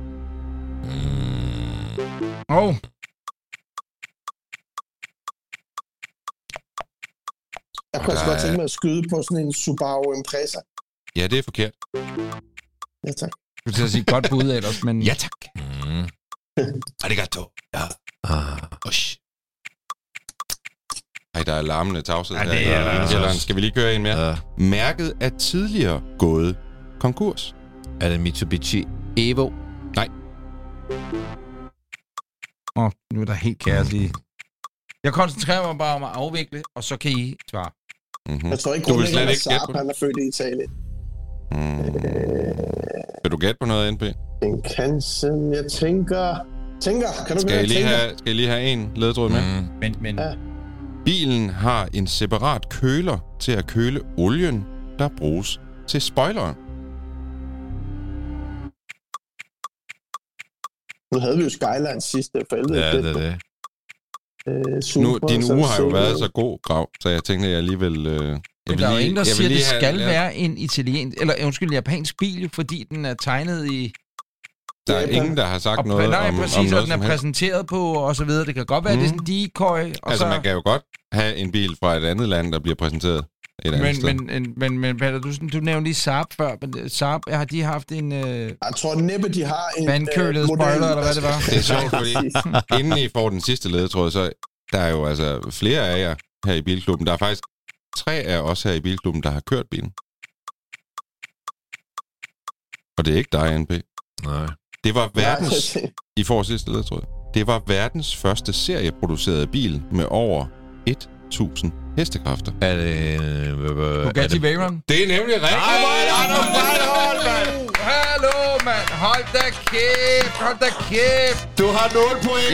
Jeg kunne også godt tænke mig at skyde på sådan en Subaru Impreza. Ja, det er forkert. Ja, tak. Du skal sige godt bud ellers, men... Ja, tak. Arigato. Ja. Ej, der er larmende tavshed her. Det er der altså. Skal vi lige køre en mere? Mærket er tidligere gået konkurs. Er det Mitsubishi Evo? Nej. Nu er der helt kærligt. Jeg koncentrerer mig bare om at afvikle, og så kan I svare. Mm-hmm. Jeg tror ikke, du vil slet ikke gætte på han er født i Italien. Vil du gætte på noget, NP? En kansen, jeg tænker... Kan du skal I lige have en ledtråd med? Men... Ja. Bilen har en separat køler til at køle olien, der bruges til spoileren. Nu havde vi jo Skyline sidste for Ja, det er det. Din uge har jo været så god, Grav, så jeg tænkte, at jeg alligevel... der er jo ingen, der siger, at det skal være en japansk bil, fordi den er tegnet i... Der er ingen, der har sagt noget om præcis, om noget og den er præsenteret på, og så videre. Det kan godt være, det er sådan en decoy. Altså, man kan jo godt have en bil fra et andet land, der bliver præsenteret et andet sted. Men Peter, du nævnte lige Saab før. Saab, har de haft en... Jeg tror næppe, de har en... vandkølet spoiler, eller hvad det var? Det er sjovt, fordi inden I får den sidste ledetråd, så der er jo altså flere af jer her i Bilklubben. Der er faktisk 3 af os her i Bilklubben, der har kørt bilen. Og det er ikke dig, NP. Nej. Det var verdens... I får sidste ledetråd. Det var verdens første serieproducerede bil med over 1000 hestekræfter. Er det... Bugatti Veyron? Det er nemlig rigtigt. Hallo, mand. Hold da kæft. Du har 0 point,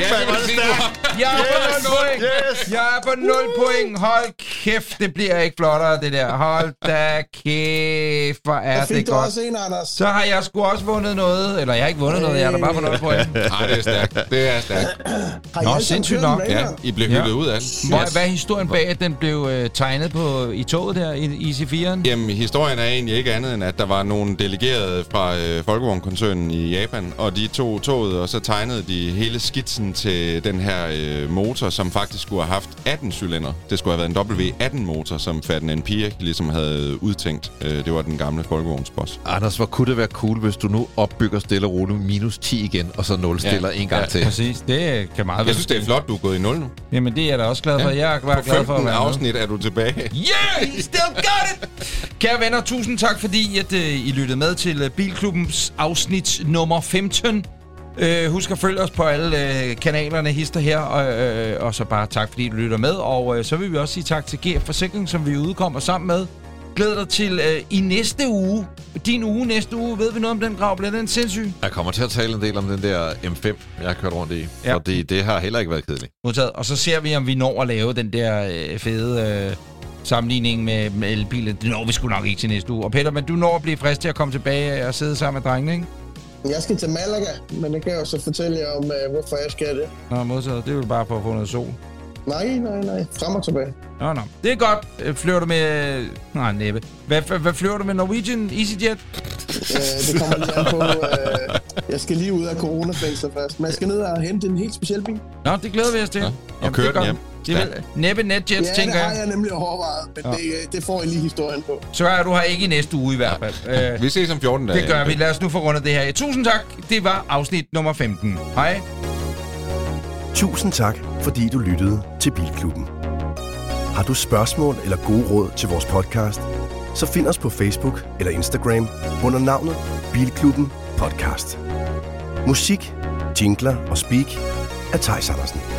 mand. Jeg er på 0 point. Jeg er på 0 point. Hold kæft, det bliver ikke flottere, det der. Hold da kæft, hvor er det godt. Også en, Anders. Så har jeg sgu også vundet noget. Eller jeg har ikke vundet noget, jeg er da bare på 0 point. Nej, det er stærkt. Det er stærkt. Nå, sindssygt nok. Ja, I blev hyldet ud af den. Hvad er historien bag, at den blev tegnet i toget der, i IC4'en? Jamen, historien er egentlig ikke andet, end at der var nogle delegerede fra Folkevogn-koncernen i Japan, og de tog toget, og så tegnede de hele skitsen til den her motor, som faktisk skulle have haft 18 cylinder. Det skulle have været en W18-motor, som Ferdinand Piëch ligesom havde udtænkt. Det var den gamle Folkevognsboss. Anders, hvor kunne det være cool, hvis du nu opbygger stille og roligt minus 10 igen, og så 0 stiller en gang til? Præcis, det kan meget. Jeg synes, det er flot, du er gået i 0 nu. Jamen, det er jeg da også glad for. Jeg er bare glad for at være afsnit er du tilbage. Yeah, he still got it! Kære venner, tusind tak, fordi at, I lyttede med til Bilklubbens afsnit nummer 15. Husk at følge os på alle kanalerne, hister her, og så bare tak, fordi du lytter med. Og så vil vi også sige tak til GF Forsikring, som vi udkommer sammen med. Glæder dig til i næste uge. Din uge næste uge. Ved vi noget om den, Grav? Bliver den sindssyg? Jeg kommer til at tale en del om den der M5, jeg har kørt rundt i. Ja. Fordi det har heller ikke været kedeligt. Modtaget. Og så ser vi, om vi når at lave den der fede sammenligning med elbiler. Det når vi sgu nok ikke til næste uge. Og Peter, men du når at blive frisk til at komme tilbage og sidde sammen med drengene, ikke? Jeg skal til Malaga, men det kan jeg jo så fortælle jer om, hvorfor jeg skal det. Nå, modtaget. Det er jo bare for at få noget sol. Nej. Frem og tilbage. Nå. Det er godt. Flyver du med... Nej, næppe. Hvad flyver du med? Norwegian EasyJet? Det kommer lige an på... Jeg skal lige ud af coronafængsler først. Men jeg skal ned og hente en helt speciel bil. Nå, det glæder vi os til. Ja. Og køre den hjem. Det er næppe NetJets, tænker jeg. Ja, det har jeg nemlig overvejet, men det får I lige historien på. Så er du her ikke i næste uge i hvert fald. Vi ses om 14 dage. Det gør vi. Lad os nu få rundet det her. Tusind tak. Det var afsnit nummer 15. Hej. Tusind tak, fordi du lyttede til Bilklubben. Har du spørgsmål eller gode råd til vores podcast, så find os på Facebook eller Instagram under navnet Bilklubben Podcast. Musik, jingler og speak af Theis Andersen.